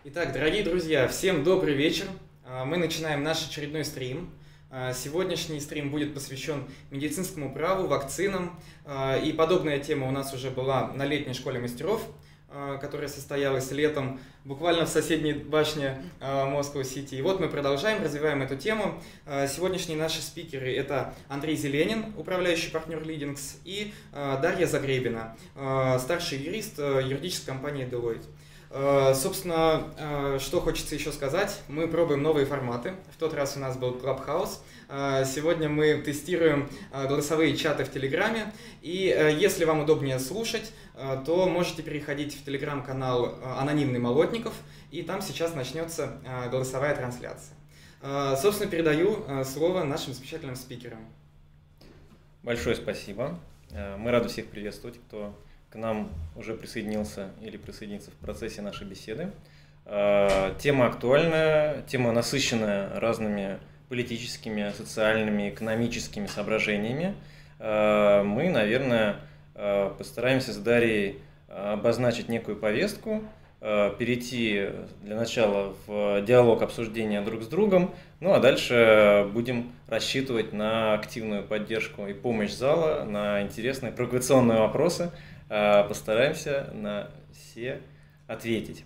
Итак, дорогие друзья, всем добрый вечер. Мы начинаем наш очередной стрим. Сегодняшний стрим будет посвящен медицинскому праву, вакцинам. И подобная тема у нас уже была на летней школе мастеров, которая состоялась летом буквально в соседней башне Moscow City. И вот мы продолжаем, развиваем эту тему. Сегодняшние наши спикеры – это Андрей Зеленин, управляющий партнер Leadings, и Дарья Загребина, старший юрист юридической компании Deloitte. Собственно, что хочется еще сказать, мы пробуем новые форматы. В тот раз у нас был Clubhouse. Сегодня мы тестируем голосовые чаты в Телеграме. И если вам удобнее слушать, то можете переходить в Телеграм-канал «Анонимный Молотников», и там сейчас начнется голосовая трансляция. Собственно, передаю слово нашим замечательным спикерам. Большое спасибо. Мы рады всех приветствовать, кто к нам уже присоединился или присоединится в процессе нашей беседы. Тема актуальная, тема насыщенная разными политическими, социальными, экономическими соображениями. Мы, наверное, постараемся с Дарьей обозначить некую повестку, перейти для начала в диалог обсуждения друг с другом, ну а дальше будем рассчитывать на активную поддержку и помощь зала, на интересные провокационные вопросы. Постараемся на все ответить.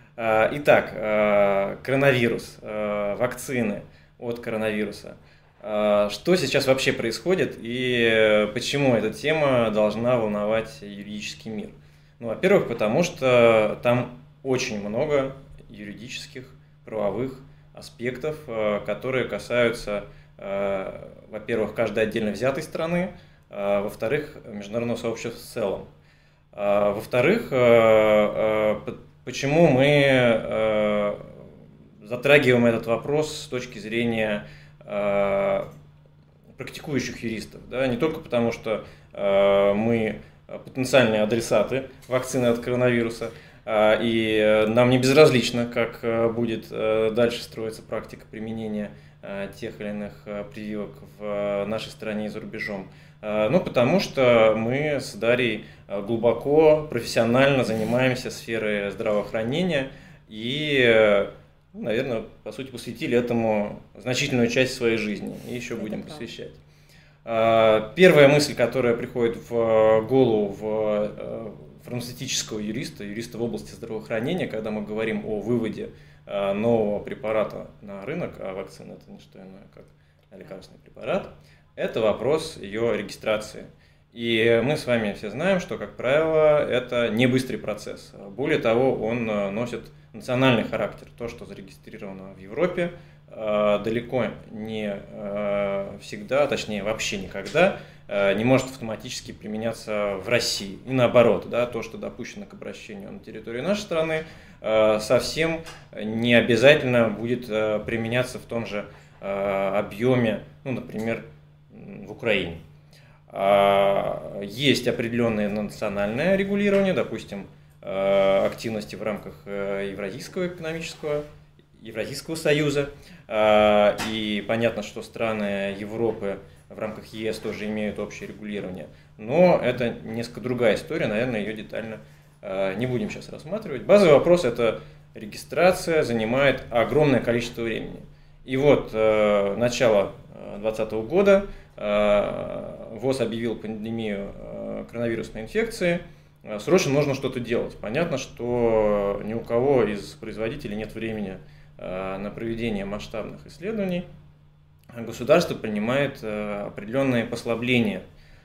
Итак, коронавирус, вакцины от коронавируса. Что сейчас вообще происходит и почему эта тема должна волновать юридический мир? Ну, во-первых, потому что там очень много юридических, правовых аспектов, которые касаются, во-первых, каждой отдельно взятой страны, во-вторых, международного сообщества в целом. Во-вторых, почему мы затрагиваем этот вопрос с точки зрения практикующих юристов, да? Не только потому, что мы потенциальные адресаты вакцины от коронавируса, и нам не безразлично, как будет дальше строиться практика применения тех или иных прививок в нашей стране и за рубежом. Ну, потому что мы с Дарьей глубоко, профессионально занимаемся сферой здравоохранения и, наверное, по сути, посвятили этому значительную часть своей жизни и еще будем посвящать. Первая мысль, которая приходит в голову фармацевтического юриста, юриста в области здравоохранения, когда мы говорим о выводе нового препарата на рынок, а вакцина – это не что иное, как лекарственный препарат, это вопрос ее регистрации. И мы с вами все знаем, что, как правило, это не быстрый процесс. Более того, он носит национальный характер. То, что зарегистрировано в Европе, далеко не всегда, точнее вообще никогда, не может автоматически применяться в России. И наоборот, да, то, что допущено к обращению на территории нашей страны, совсем не обязательно будет применяться в том же объеме, ну, например, в Украине. Есть определенное национальное регулирование, допустим, активности в рамках Евразийского союза. И понятно, что страны Европы в рамках ЕС тоже имеют общее регулирование. Но это несколько другая история, наверное, ее детально не будем сейчас рассматривать. Базовый вопрос – это регистрация, занимает огромное количество времени. И вот начало 2020 года ВОЗ объявил пандемию коронавирусной инфекции. Срочно нужно что-то делать. Понятно, что ни у кого из производителей нет времени на проведение масштабных исследований. Государство принимает определенные послабления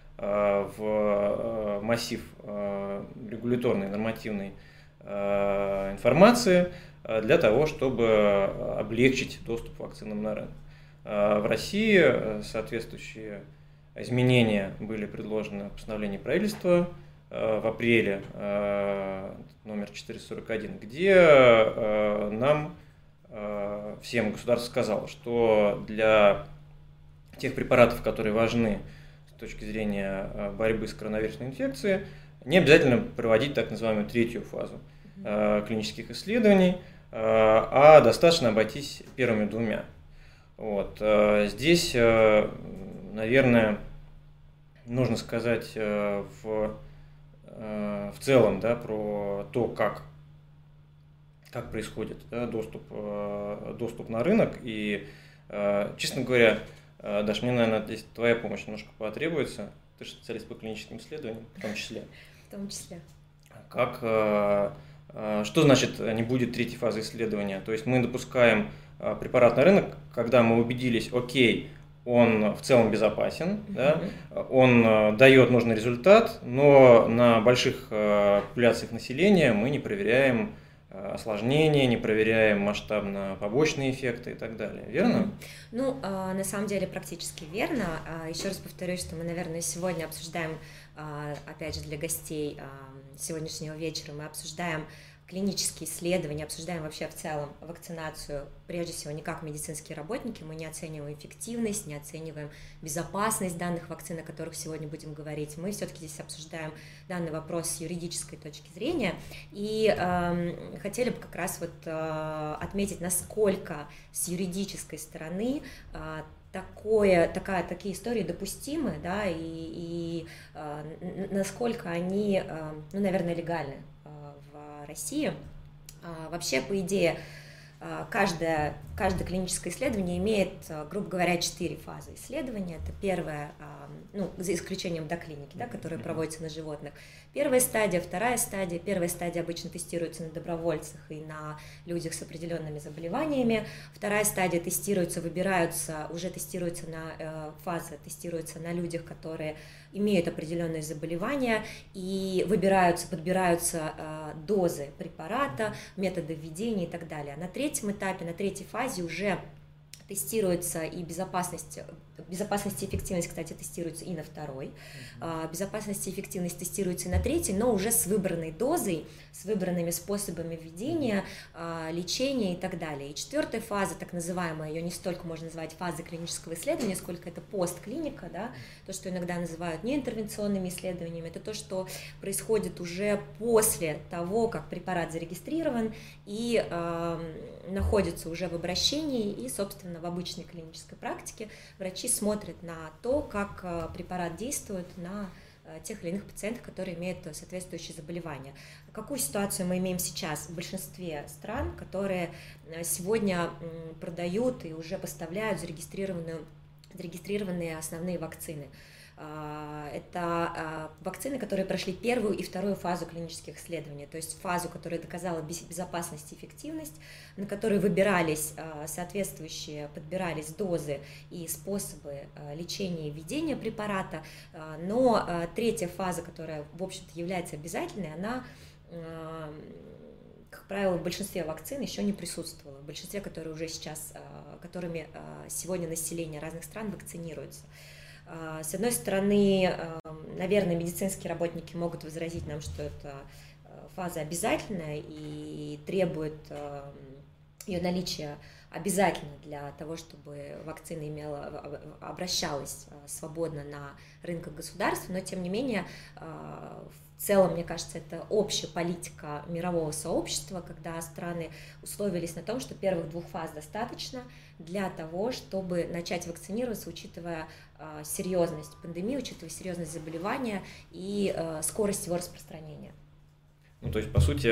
в массив регуляторной нормативной информации для того, чтобы облегчить доступ к вакцинам на рынок. В России соответствующие изменения были предложены в постановлении правительства в апреле номер 441, где нам всем государство сказало, что для тех препаратов, которые важны с точки зрения борьбы с коронавирусной инфекцией, не обязательно проводить так называемую третью фазу клинических исследований, а достаточно обойтись первыми двумя. Вот. Здесь, наверное, нужно сказать в целом, да, про то, как как происходит, да, доступ на рынок. И, честно говоря, Даш, мне, наверное, здесь твоя помощь немножко потребуется. Ты же специалист по клиническим исследованиям, в том числе. В том числе. Что значит не будет третьей фазы исследования? То есть мы допускаем препарат на рынок, когда мы убедились, окей, он в целом безопасен, да, он дает нужный результат, но на больших популяциях населения мы не проверяем осложнения, не проверяем масштабно побочные эффекты и так далее. Верно? Ну, на самом деле практически верно. Еще раз повторюсь, что мы, наверное, сегодня обсуждаем, опять же, для гостей сегодняшнего вечера, мы обсуждаем клинические исследования, обсуждаем вообще в целом вакцинацию, прежде всего, не как медицинские работники, мы не оцениваем эффективность, не оцениваем безопасность данных вакцин, о которых сегодня будем говорить. Мы все-таки здесь обсуждаем данный вопрос с юридической точки зрения и хотели бы как раз вот отметить, насколько с юридической стороны такие истории допустимы, да, и насколько они, ну, наверное, легальны в России. Вообще, по идее, каждое клиническое исследование имеет, грубо говоря, 4 фазы исследования. Это первая, ну, за исключением доклиники, да, которая проводится на животных. Первая стадия, вторая стадия. Первая стадия обычно тестируется на добровольцах и на людях с определенными заболеваниями. Вторая стадия тестируется на людях, которые имеют определенные заболевания, и подбираются дозы препарата, методы введения и так далее. На третьем этапе, на третьей фазе уже тестируется и безопасность и эффективность, кстати, тестируется и на второй. Безопасность и эффективность тестируется и на третьей, но уже с выбранной дозой, с выбранными способами введения, лечения и так далее. И четвертая фаза, так называемая, ее не столько можно назвать фазой клинического исследования, сколько это постклиника, да, то, что иногда называют неинтервенционными исследованиями, это то, что происходит уже после того, как препарат зарегистрирован и находится уже в обращении, и, собственно, в обычной клинической практике врачи смотрят на то, как препарат действует на тех или иных пациентах, которые имеют соответствующие заболевания. Какую ситуацию мы имеем сейчас в большинстве стран, которые сегодня продают и уже поставляют зарегистрированные основные вакцины? Это вакцины, которые прошли первую и вторую фазу клинических исследований, то есть фазу, которая доказала безопасность и эффективность, на которой подбирались дозы и способы лечения и введения препарата, но третья фаза, которая, в общем-то, является обязательной, она, как правило, в большинстве вакцин еще не присутствовала, в большинстве, которыми сегодня население разных стран вакцинируется. С одной стороны, наверное, медицинские работники могут возразить нам, что эта фаза обязательная и требует ее наличия обязательно для того, чтобы вакцина обращалась свободно на рынках государств, но тем не менее, в целом, мне кажется, это общая политика мирового сообщества, когда страны условились на том, что первых 2 фаз достаточно для того, чтобы начать вакцинироваться, учитывая серьезность пандемии, учитывая серьезность заболевания и скорость его распространения. Ну, то есть, по сути,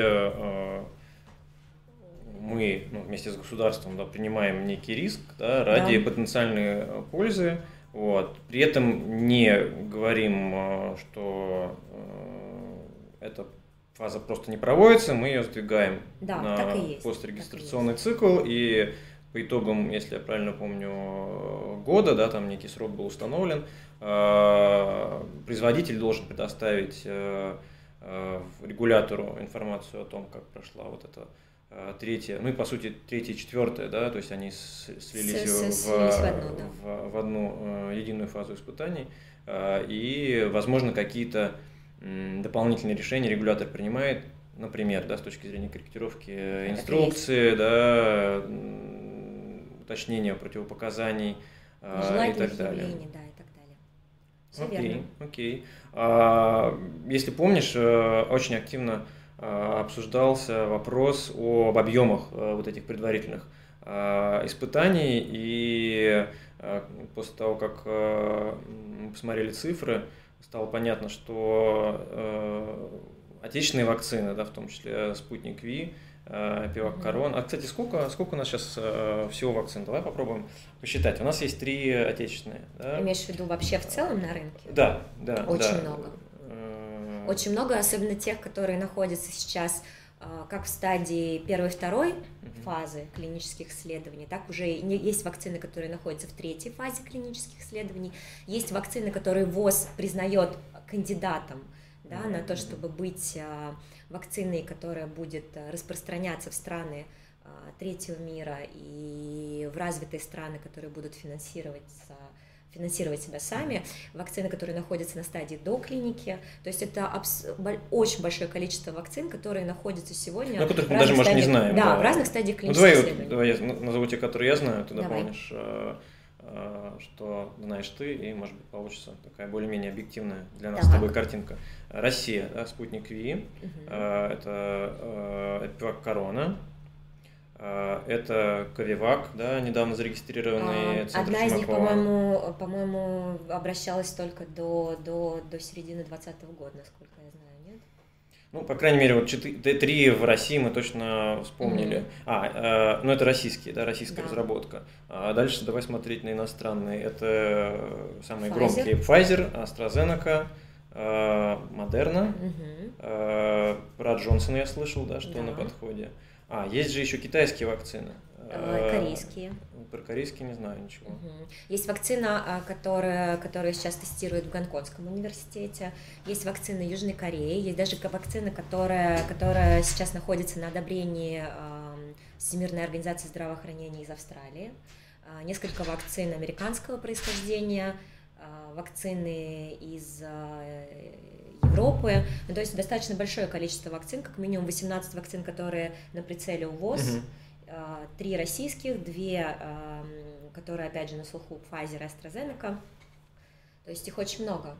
мы вместе с государством, да, принимаем некий риск, да, ради потенциальной пользы. Вот. При этом не говорим, что эта фаза просто не проводится, мы ее сдвигаем на пострегистрационный цикл, и по итогам, если я правильно помню, года, да, там некий срок был установлен, производитель должен предоставить регулятору информацию о том, как прошла вот эта третья, ну и по сути третья и четвертая, да, то есть они слились в одну единую фазу испытаний, и, возможно, какие-то дополнительные решения регулятор принимает, например, да, с точки зрения корректировки инструкции, да, уточнения противопоказаний и так далее. Да, и так далее. Все верно. Окей. Если помнишь, очень активно обсуждался вопрос об объемах вот этих предварительных испытаний, и после того, как мы посмотрели цифры, стало понятно, что отечественные вакцины, да, в том числе «Спутник Ви», Эпивак Корона. А, кстати, сколько у нас сейчас всего вакцин? Давай попробуем посчитать. У нас есть 3 отечественные. Да? Имеешь в виду вообще в целом на рынке? Да. Очень много. Очень много, особенно тех, которые находятся сейчас как в стадии 1-2 фазы клинических исследований, так уже есть вакцины, которые находятся в 3-й фазе клинических исследований, есть вакцины, которые ВОЗ признает кандидатом, да, на то, чтобы быть вакциной, которая будет распространяться в страны третьего мира и в развитые страны, которые будут финансировать себя сами, вакцины, которые находятся на стадии до клиники, то есть это очень большое количество вакцин, которые находятся сегодня в которых мы даже, может, не знаем. Да, в разных стадиях клинических исследований. Давай я назову те, которые я знаю, ты дополнишь, что знаешь ты, и, может быть, получится такая более-менее объективная для нас с тобой картинка. Россия, да, спутник Ви, это Эпивак Корона, это Ковивак, да, недавно зарегистрированный центр Одна из них, Чумакова. по-моему, обращалась только до середины 2020 года, насколько я знаю, нет? Ну, по крайней мере, вот 3 в России мы точно вспомнили. Ну это российские, да, российская разработка. А дальше давай смотреть на иностранные. Это самые громкие: Pfizer, AstraZeneca, Moderna. Про Джонсона я слышал, да, что на подходе. Есть же еще китайские вакцины. Корейские. Про корейские не знаю ничего. Есть вакцина, которая сейчас тестируют в Гонконгском университете. Есть вакцина Южной Кореи. Есть даже вакцина, которая сейчас находится на одобрении Всемирной организации здравоохранения из Австралии. Несколько вакцин американского происхождения, вакцины из Европы, то есть достаточно большое количество вакцин, как минимум 18 вакцин, которые на прицеле у ВОЗ, 3 российских, 2, которые опять же на слуху, Pfizer и AstraZeneca, то есть их очень много.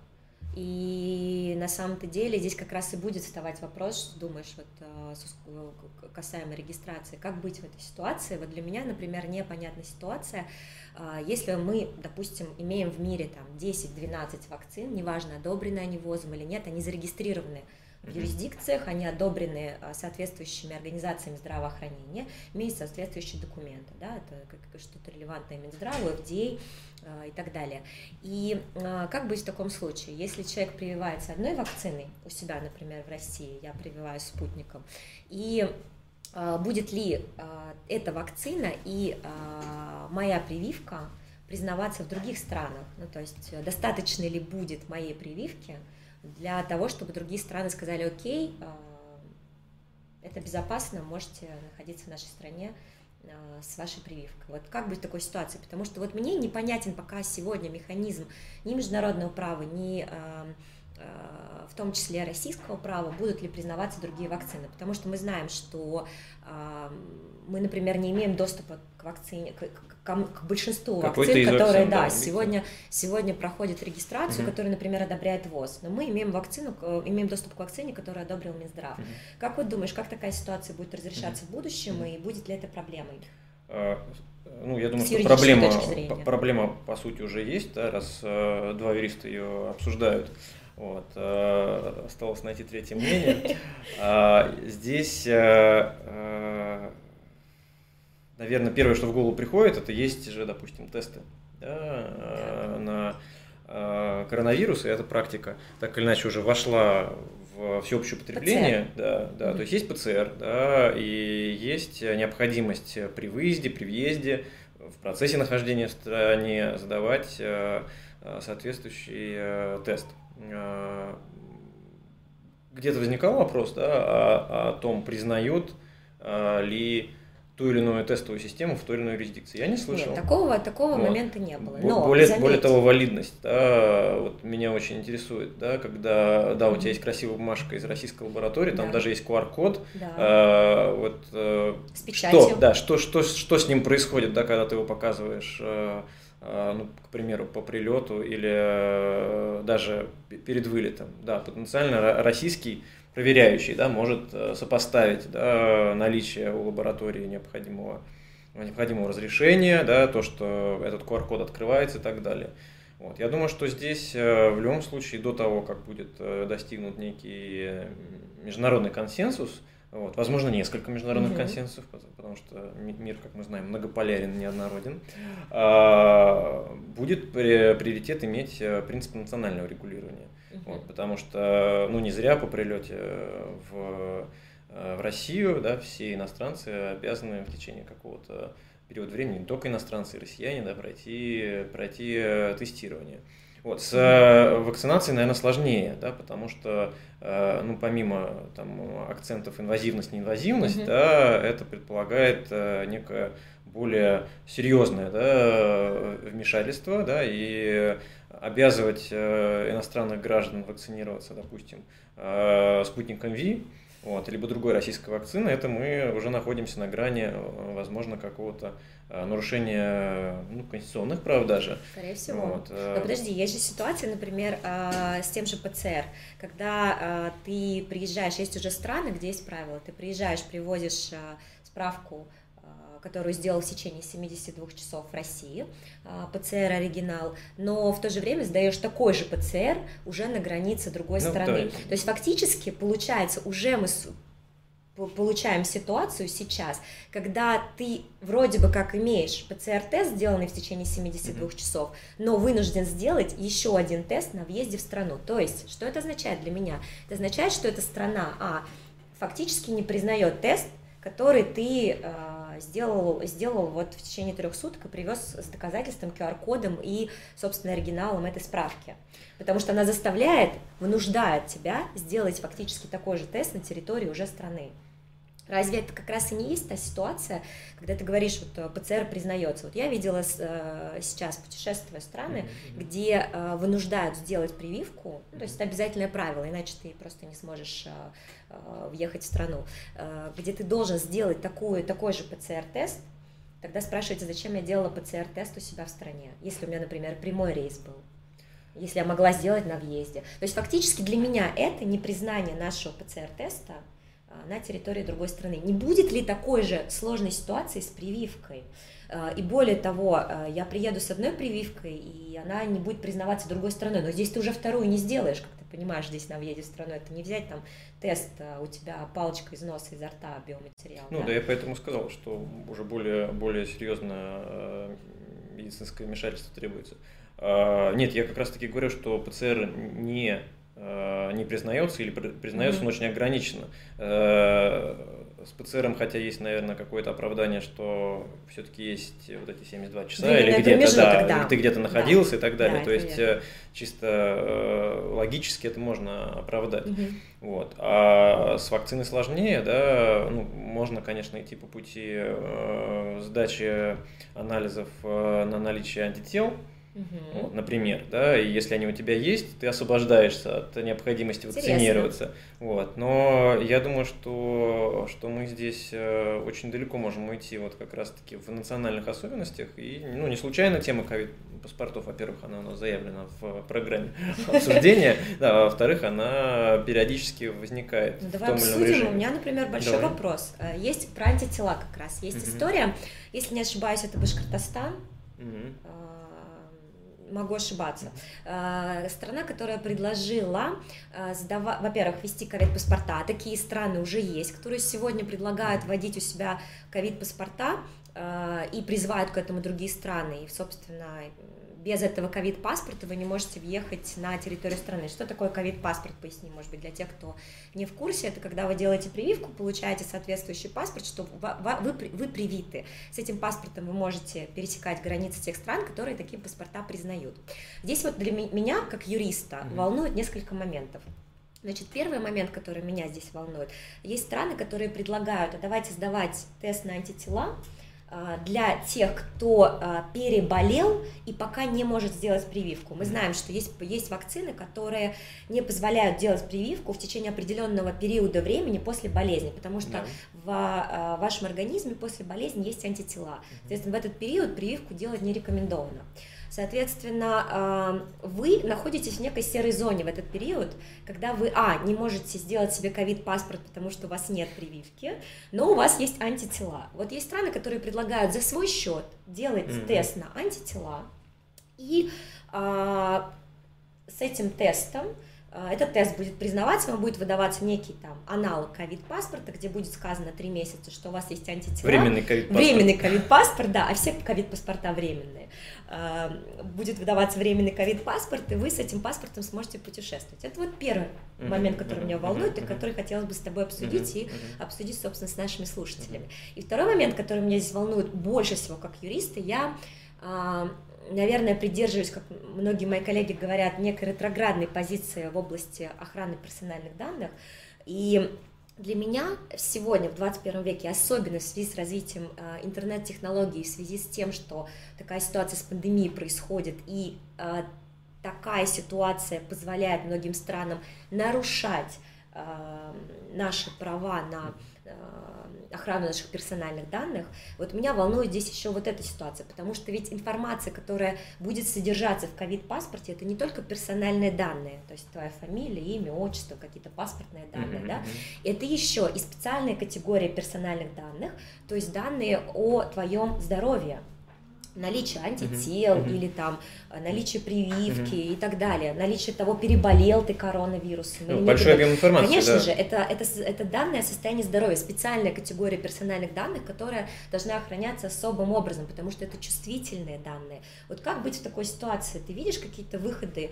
И на самом-то деле здесь как раз и будет вставать вопрос, думаешь, вот касаемо регистрации, как быть в этой ситуации. Вот для меня, например, непонятна ситуация, если мы, допустим, имеем в мире там 10-12 вакцин, неважно, одобрены они ВОЗом или нет, они зарегистрированы в юрисдикциях, они одобрены соответствующими организациями здравоохранения, имеют соответствующие документы, да, это как что-то релевантное Минздраву, FDA и так далее. И как быть в таком случае? Если человек прививается одной вакциной у себя, например, в России, я прививаюсь спутником, и будет ли эта вакцина и моя прививка признаваться в других странах? Ну, то есть достаточно ли будет моей прививки для того, чтобы другие страны сказали: окей, это безопасно, можете находиться в нашей стране с вашей прививкой. Вот как быть в такой ситуации? Потому что вот мне непонятен пока сегодня механизм ни международного права, ни в том числе российского права, будут ли признаваться другие вакцины. Потому что мы знаем, что мы, например, не имеем доступа к вакцине, к большинству вакцин, которые сегодня проходят регистрацию, которую, например, одобряет ВОЗ. Но мы имеем доступ к вакцине, которую одобрил Минздрав. Как вот думаешь, как такая ситуация будет разрешаться в будущем, и будет ли это проблемой? Ну, я думаю, что проблема по сути уже есть, да, раз 2 юриста ее обсуждают. Вот, осталось найти третье мнение. Здесь, наверное, первое, что в голову приходит, это есть же, допустим, тесты, да, на коронавирус, и эта практика так или иначе уже вошла в всеобщее потребление. То есть есть ПЦР, да, и есть необходимость при выезде, при въезде, в процессе нахождения в стране задавать соответствующий тест. Где-то возникал вопрос, да, о том, признают ли ту или иную тестовую систему в той или иной юрисдикции. Я не слышал. Нет, такого момента не было. Но более того, валидность, да, вот меня очень интересует, да, когда, да, у тебя есть красивая бумажка из российской лаборатории, там даже есть QR-код, с печатью. Что с ним происходит, да, когда ты его показываешь, ну, к примеру, по прилету или даже перед вылетом. Да, потенциально российский проверяющий, да, может сопоставить, да, наличие у лаборатории необходимого разрешения, да, то, что этот QR-код открывается и так далее. Вот. Я думаю, что здесь в любом случае до того, как будет достигнут некий международный консенсус Вот. Возможно, несколько международных консенсусов, потому что мир, как мы знаем, многополярен, неоднороден. Будет приоритет иметь принцип национального регулирования. Вот, потому что не зря по прилете в Россию, да, все иностранцы обязаны в течение какого-то периода времени, не только иностранцы и россияне, да, пройти тестирование. Вот, с вакцинацией, наверное, сложнее, да, потому что, помимо акцентов инвазивность, неинвазивность, да, это предполагает некое более серьезное, да, вмешательство, да, и обязывать иностранных граждан вакцинироваться, допустим, спутником V, вот, либо другой российской вакцины, это мы уже находимся на грани, возможно, какого-то нарушения конституционных прав даже. Скорее всего. Вот. Но подожди, есть же ситуация, например, с тем же ПЦР, когда ты приезжаешь, есть уже страны, где есть правила, ты приезжаешь, привозишь справку, которую сделал в течение 72 часов в России, ПЦР оригинал, но в то же время сдаешь такой же ПЦР уже на границе другой страны. То есть фактически получается, уже мы получаем ситуацию сейчас, когда ты вроде бы как имеешь ПЦР-тест, сделанный в течение 72 часов, но вынужден сделать еще один тест на въезде в страну. То есть, что это означает для меня? Это означает, что эта страна, фактически не признает тест, который ты сделал вот в течение 3 суток и привез с доказательством, QR-кодом и, собственно, оригиналом этой справки. Потому что она вынуждает тебя сделать фактически такой же тест на территории уже страны. Разве это как раз и не есть та ситуация, когда ты говоришь, вот ПЦР признается? Вот я видела сейчас, путешествуя в страны, где вынуждают сделать прививку, то есть это обязательное правило, иначе ты просто не сможешь въехать в страну, где ты должен сделать такой же ПЦР-тест. Тогда спрашиваете, зачем я делала ПЦР-тест у себя в стране, если у меня, например, прямой рейс был, если я могла сделать на въезде. То есть фактически для меня это непризнание нашего ПЦР-теста на территории другой страны. Не будет ли такой же сложной ситуации с прививкой? И более того, я приеду с одной прививкой, и она не будет признаваться другой страной, но здесь ты уже вторую не сделаешь, как ты понимаешь, здесь на въезде в страну, это не взять там тест, у тебя палочка из носа, изо рта, биоматериал. Да, я поэтому сказал, что уже более серьезное медицинское вмешательство требуется. Нет, я как раз таки говорю, что ПЦР не признается или признается, но очень ограниченно. С ПЦРом, хотя есть, наверное, какое-то оправдание, что все-таки есть вот эти 72 часа, или где-то, ты где-то находился и так далее. То есть чисто логически это можно оправдать. Вот. А с вакциной сложнее, да, можно, конечно, идти по пути сдачи анализов на наличие антител. Вот, например, да, и если они у тебя есть, ты освобождаешься от необходимости вакцинироваться. Вот. Но я думаю, что мы здесь очень далеко можем уйти вот как раз-таки в национальных особенностях. И не случайно тема ковид-паспортов, во-первых, она у нас заявлена в программе обсуждения, а во-вторых, она периодически возникает в том или ином режиме. У меня, например, большой вопрос. Есть про антитела как раз. Есть история, если не ошибаюсь, это Башкортостан. Могу ошибаться. Страна, которая предложила, во-первых, ввести ковид-паспорта. Такие страны уже есть, которые сегодня предлагают вводить у себя ковид-паспорта и призывают к этому другие страны. И, собственно, без этого ковид-паспорта вы не можете въехать на территорию страны. Что такое ковид-паспорт, поясни, может быть, для тех, кто не в курсе. Это когда вы делаете прививку, получаете соответствующий паспорт, что вы привиты. С этим паспортом вы можете пересекать границы тех стран, которые такие паспорта признают. Здесь вот для меня, как юриста, волнует несколько моментов. Значит, первый момент, который меня здесь волнует, есть страны, которые предлагают, давайте сдавать тест на антитела для тех, кто переболел и пока не может сделать прививку. Мы знаем, что есть вакцины, которые не позволяют делать прививку в течение определенного периода времени после болезни, потому что в вашем организме после болезни есть антитела. Соответственно, в этот период прививку делать не рекомендовано. Соответственно, вы находитесь в некой серой зоне в этот период, когда вы, не можете сделать себе ковид-паспорт, потому что у вас нет прививки, но у вас есть антитела. Вот есть страны, которые предлагают за свой счет делать тест на антитела, и с этим тестом этот тест будет признаваться, вам будет выдаваться некий там аналог ковид-паспорта, где будет сказано 3 месяца, что у вас есть антитела. Временный ковид-паспорт. Временный ковид-паспорт, да, а все ковид-паспорта временные. Будет выдаваться временный ковид-паспорт, и вы с этим паспортом сможете путешествовать. Это вот первый момент, который меня волнует, и который хотелось бы с тобой обсудить и обсудить, собственно, с нашими слушателями. И второй момент, который меня здесь волнует больше всего как юриста, я... наверное, придерживаюсь, как многие мои коллеги говорят, некой ретроградной позиции в области охраны персональных данных. И для меня сегодня, в 21 веке, особенно в связи с развитием интернет-технологий, в связи с тем, что такая ситуация с пандемией происходит, и такая ситуация позволяет многим странам нарушать наши права на охрану наших персональных данных, вот меня волнует здесь еще вот эта ситуация, потому что ведь информация, которая будет содержаться в ковид-паспорте, это не только персональные данные, то есть твоя фамилия, имя, отчество, какие-то паспортные данные, да, это еще и специальная категория персональных данных, то есть данные о твоем здоровье, наличие антител или там наличие прививки и так далее, наличие того, переболел ты коронавирусом. Ну, большой объем информации. Конечно да. же, это данные о состоянии здоровья, специальная категория персональных данных, которая должна охраняться особым образом, потому что это чувствительные данные. Вот как быть в такой ситуации? Ты видишь какие-то выходы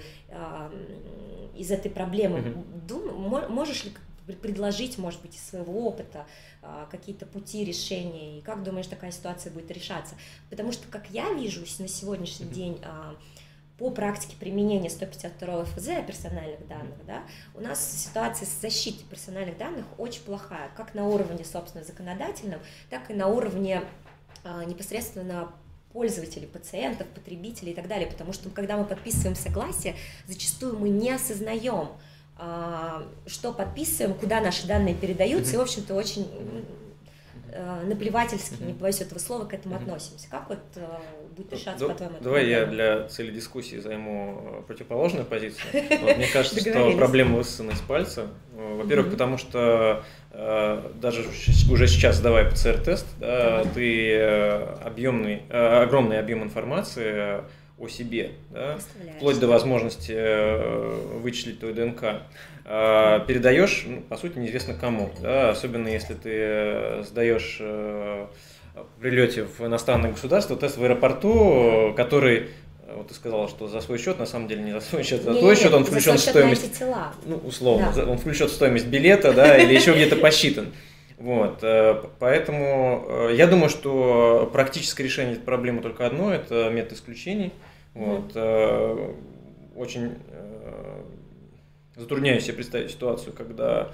из этой проблемы? Можешь ли предложить, может быть, из своего опыта какие-то пути решения, и как думаешь, такая ситуация будет решаться? Потому что, как я вижу на сегодняшний день, по практике применения 152 ФЗ о персональных данных, да, у нас ситуация с защитой персональных данных очень плохая, как на уровне, собственно, законодательном, так и на уровне непосредственно пользователей, пациентов, потребителей и так далее, потому что, когда мы подписываем согласие, зачастую мы не осознаем, что подписываем, куда наши данные передаются, и, в общем-то, очень наплевательски, не боюсь этого слова, к этому относимся. Как вот будет решаться, по-твоему? Давай я для цели дискуссии займу противоположную позицию. Вот, мне кажется, что проблема высосана из пальца. Во-первых, потому что даже уже сейчас, сдавая ПЦР-тест, да, ты огромный объем информации о себе, да, вплоть до возможности вычислить твою ДНК, передаешь, ну, по сути, неизвестно кому, да, особенно если ты сдаешь в прилете в иностранное государство тест в аэропорту, который, вот ты сказала, что за свой счет, на самом деле не за свой счет, за твой счет, он включен в стоимость, ну, условно, да. Он включен в стоимость билета, да, или еще где-то посчитан. Вот, поэтому я думаю, что практическое решение этой проблемы только одно – это метод исключений. Вот, очень затрудняюсь себе представить ситуацию, когда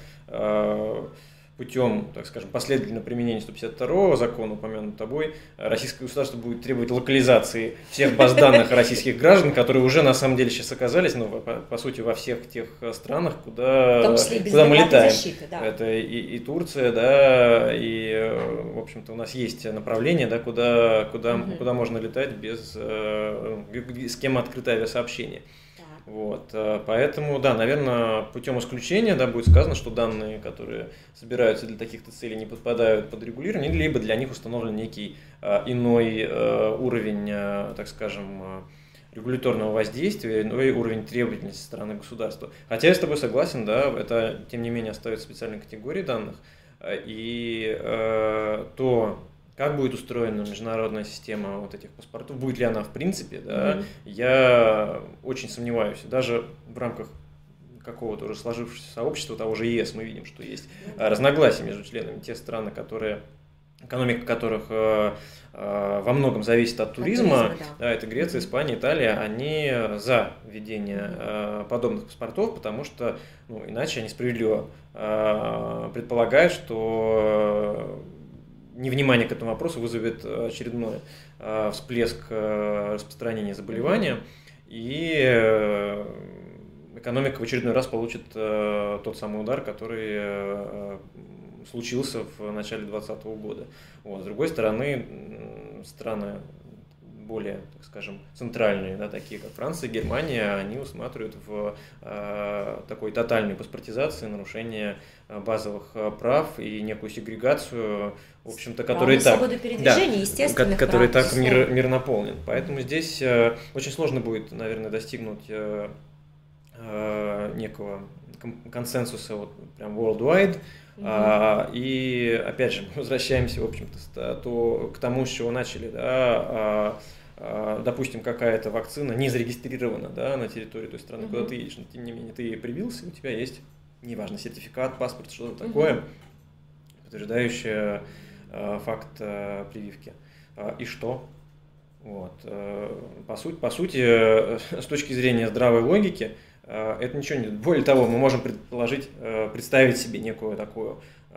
путем, так скажем, последовательного применения 152 закона, упомянутого тобой, российское государство будет требовать локализации всех баз данных российских граждан, которые уже на самом деле сейчас оказались, ну, по сути, во всех тех странах, куда мы летаем. Защиты, да. Это и Турция, да, и, в общем-то, у нас есть направление, да, куда можно летать без с кем открытое авиасообщение. Вот, поэтому, да, наверное, путем исключения, да, будет сказано, что данные, которые собираются для таких-то целей, не подпадают под регулирование, либо для них установлен некий иной уровень, так скажем, регуляторного воздействия, иной уровень требовательности со стороны государства. Хотя я с тобой согласен, да, это, тем не менее, остается специальной категорией данных, и то, как будет устроена международная система вот этих паспортов, будет ли она в принципе, да, я очень сомневаюсь. Даже в рамках какого-то уже сложившегося сообщества, того же ЕС, мы видим, что есть разногласия между членами. Те страны, экономика которых во многом зависит от туризма, да, это Греция, Испания, Италия, они за введение подобных паспортов, потому что, ну, иначе они справедливо предполагают, что невнимание к этому вопросу вызовет очередной всплеск распространения заболевания, и экономика в очередной раз получит тот самый удар, который случился в начале 2020 года. Вот. С другой стороны, страны более, так скажем, центральные, да, такие как Франция и Германия, они усматривают в такой тотальной паспортизации нарушение базовых прав и некую сегрегацию, в общем-то, который так, который так мир наполнен. Поэтому здесь очень сложно будет, наверное, достигнуть некого консенсуса вот прям worldwide. И опять же, мы возвращаемся, в общем-то, к тому, с чего начали, да, допустим, какая-то вакцина не зарегистрирована, да, на территории той страны, куда ты едешь, но тем не менее ты привился, у тебя есть, неважно, сертификат, паспорт, что-то такое, подтверждающее факт прививки. И что? Вот. По сути, с точки зрения здравой логики, это ничего не... Более того, мы можем представить себе некую такую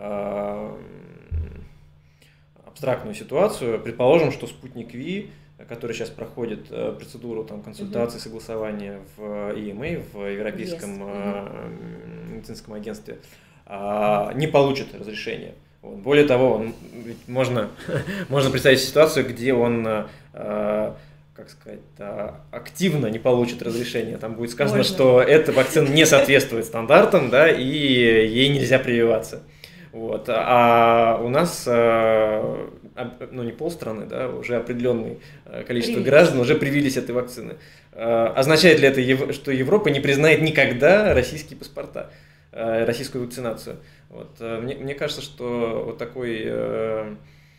абстрактную ситуацию. Предположим, что спутник Ви, который сейчас проходит процедуру там, консультации, согласования в EMA, в Европейском медицинском агентстве, не получит разрешения. Вот. Более того, можно представить ситуацию, где он, как сказать, активно не получит разрешения. Там будет сказано, что эта вакцина не соответствует стандартам, да, и ей нельзя прививаться. Вот. А у нас, не полстраны, да, уже определенное количество граждан уже привились этой вакцины. Означает ли это, что Европа не признает никогда российские паспорта, российскую вакцинацию? Вот. Мне кажется, что вот такой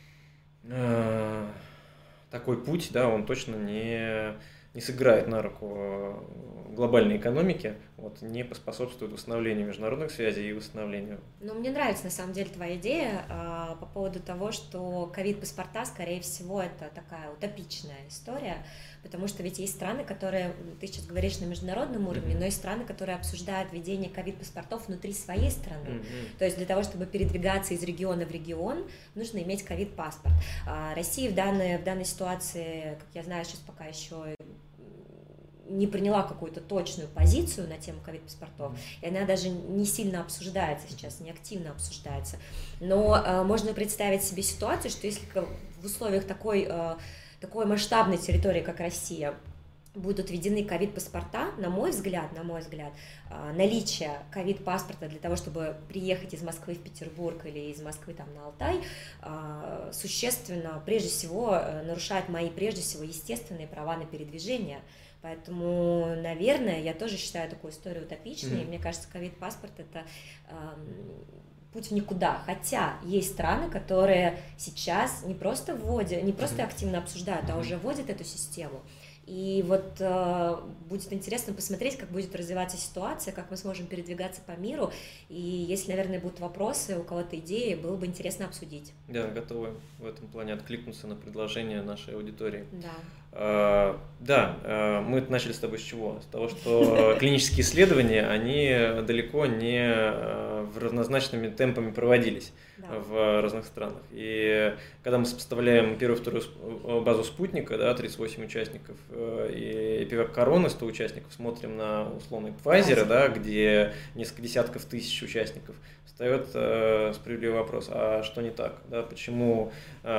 путь, да, он точно не сыграет на руку глобальной экономике, вот, не поспособствует восстановлению международных связей и восстановлению. Ну, мне нравится, на самом деле, твоя идея по поводу того, что ковид-паспорта, скорее всего, это такая утопичная история, потому что ведь есть страны, которые, ты сейчас говоришь на международном уровне, но есть страны, которые обсуждают введение ковид-паспортов внутри своей страны. То есть для того, чтобы передвигаться из региона в регион, нужно иметь ковид-паспорт. Россия в данной ситуации, как я знаю, сейчас пока еще не приняла какую-то точную позицию на тему ковид-паспортов, и она даже не сильно обсуждается сейчас, не активно обсуждается. Но можно представить себе ситуацию, что если в условиях такой масштабной территории, как Россия, будут введены ковид-паспорта, на мой взгляд, наличие ковид-паспорта для того, чтобы приехать из Москвы в Петербург или из Москвы там, на Алтай, существенно, прежде всего, нарушает мои, прежде всего, естественные права на передвижение. Поэтому, наверное, я тоже считаю такую историю утопичной. Мне кажется, ковид-паспорт – это путь в никуда. Хотя есть страны, которые сейчас не просто активно обсуждают, а уже вводят эту систему. И вот будет интересно посмотреть, как будет развиваться ситуация, как мы сможем передвигаться по миру. И если, наверное, будут вопросы, у кого-то идеи, было бы интересно обсудить. Да, готовы в этом плане откликнуться на предложение нашей аудитории. Да. Мы начали с тобой с чего? С того, что клинические исследования, они далеко не в равнозначными темпами проводились в разных странах. И когда мы сопоставляем первую и вторую базу спутника, да, 38 участников, и Эпивак Короны, 100 участников, смотрим на условный Pfizer, да, где несколько десятков тысяч участников, встает справедливый вопрос, а что не так? Да? Почему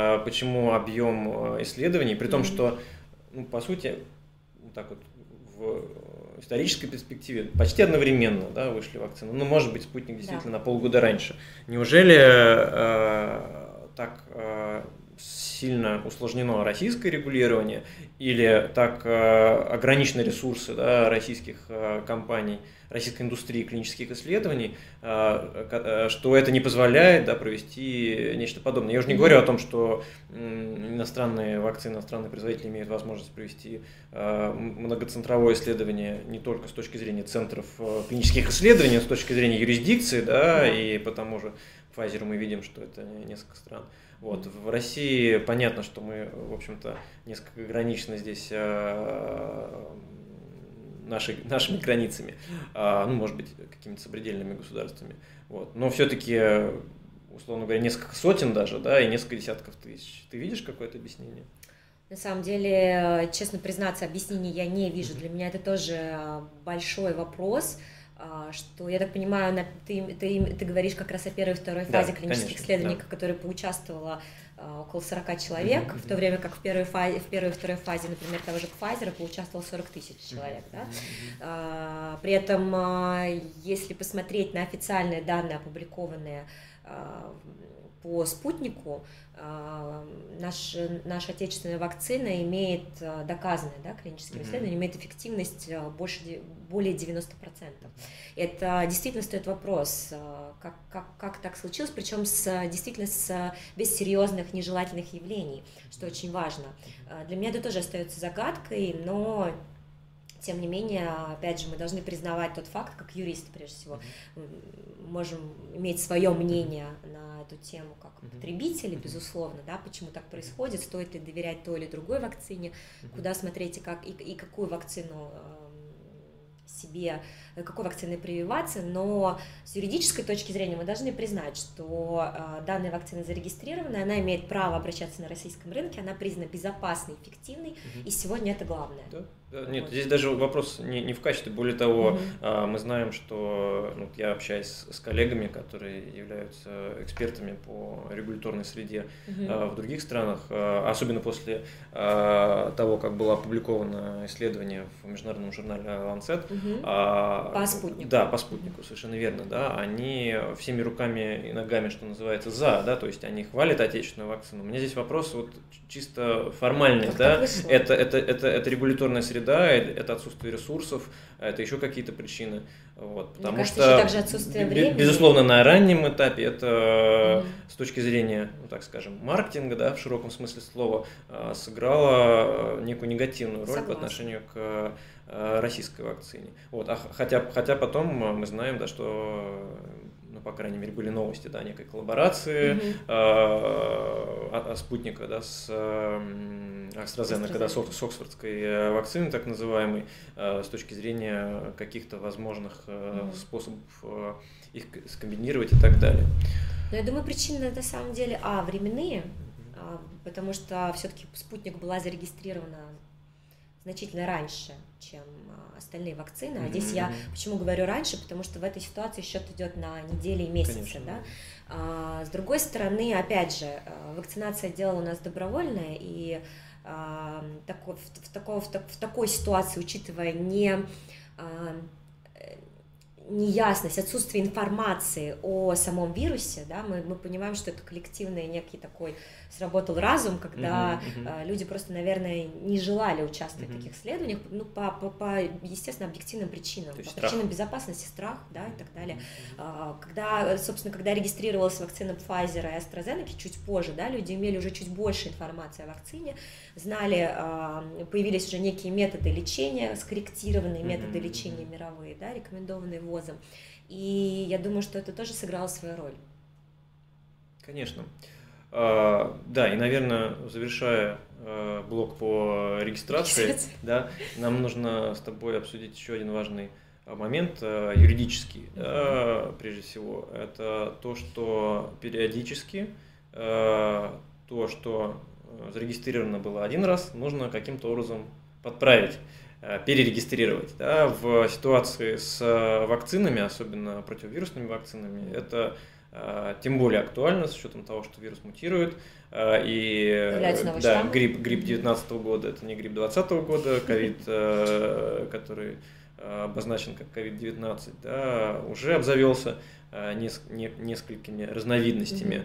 объем исследований, при том, что по сути, так вот, в исторической перспективе почти одновременно, да, вышли вакцины. Может быть, спутник действительно на полгода раньше. Неужели так сильно усложнено российское регулирование или так ограничены ресурсы, да, российских компаний, российской индустрии клинических исследований, что это не позволяет, да, провести нечто подобное. Я уже не говорю о том, что иностранные вакцины, иностранные производители имеют возможность провести многоцентровое исследование не только с точки зрения центров клинических исследований, но с точки зрения юрисдикции, да, и по тому же Pfizer мы видим, что это несколько стран. Вот. В России понятно, что мы, в общем-то, несколько ограничены здесь нашими границами, может быть, какими-то сопредельными государствами. Вот. Но все-таки, условно говоря, несколько сотен даже, да, и несколько десятков тысяч. Ты видишь какое-то объяснение? На самом деле, честно признаться, объяснений я не вижу. Для меня это тоже большой вопрос, что, я так понимаю, ты говоришь как раз о первой и второй фазе клинических исследований, в которой поучаствовало около 40 человек, в то время как в первой и второй фазе, например, того же Pfizer поучаствовало 40 тысяч человек. Да? При этом, если посмотреть на официальные данные, опубликованные по спутнику, наша отечественная вакцина имеет доказанные, да, клиническими исследованиями, имеет эффективность более 90%. Это действительно стоит вопрос, как так случилось, причем действительно без серьезных нежелательных явлений, что очень важно. Для меня это тоже остается загадкой, но тем не менее, опять же, мы должны признавать тот факт, как юристы, прежде всего, можем иметь свое мнение на эту тему, как потребители, безусловно, да, почему так происходит, стоит ли доверять той или другой вакцине, куда смотреть и какую вакцину какой вакциной прививаться, но с юридической точки зрения мы должны признать, что данная вакцина зарегистрирована, она имеет право обращаться на российском рынке, она признана безопасной, эффективной, и сегодня это главное. Да. Нет, вот. Здесь даже вопрос не в качестве, более того, мы знаем, что я общаюсь с коллегами, которые являются экспертами по регуляторной среде в других странах, особенно после того, как было опубликовано исследование в международном журнале Lancet. По спутнику. Да, по спутнику, совершенно верно. Да, они всеми руками и ногами, что называется, за, да, то есть они хвалят отечественную вакцину. У меня здесь вопрос вот чисто формальный, да, это регуляторная среда, это отсутствие ресурсов, это еще какие-то причины. Вот, потому кажется, что, также отсутствие времени. Безусловно, на раннем этапе это с точки зрения, так скажем, маркетинга, да, в широком смысле слова, сыграло некую негативную роль по отношению к российской вакцине. Вот, хотя потом мы знаем, да, что, по крайней мере, были новости, да, некой коллаборации спутника, да, с AstraZeneca, да, с оксфордской вакциной, так называемой, с точки зрения каких-то возможных способов их скомбинировать и так далее. Но я думаю, причины на самом деле временные, потому что все-таки спутник была зарегистрирована значительно раньше, чем остальные вакцины. А здесь я почему говорю раньше, потому что в этой ситуации счет идет на недели и месяцы. Да? С другой стороны, опять же, вакцинация дело у нас добровольная, и в такой ситуации, учитывая неясность, отсутствие информации о самом вирусе, да, мы понимаем, что это коллективный некий такой сработал разум, когда люди просто, наверное, не желали участвовать в таких исследованиях, по естественно, объективным причинам, по причинам безопасности, страх, да, и так далее. Когда регистрировалась вакцина Pfizer и AstraZeneca, чуть позже, да, люди имели уже чуть больше информации о вакцине, знали, появились уже некие методы лечения, скорректированные методы лечения мировые, да, рекомендованные ВОЗом. И я думаю, что это тоже сыграло свою роль. Конечно. Да, и, наверное, завершая блок по регистрации, да, нам нужно с тобой обсудить еще один важный момент юридический. Прежде всего, это то, что периодически то, что зарегистрировано было один раз, нужно каким-то образом подправить, перерегистрировать. Да. В ситуации с вакцинами, особенно противовирусными вакцинами, это тем более актуально с учетом того, что вирус мутирует. И да, грипп 2019 года это не грипп 2020 года, ковид, который обозначен как COVID-19, да, уже обзавелся несколькими разновидностями.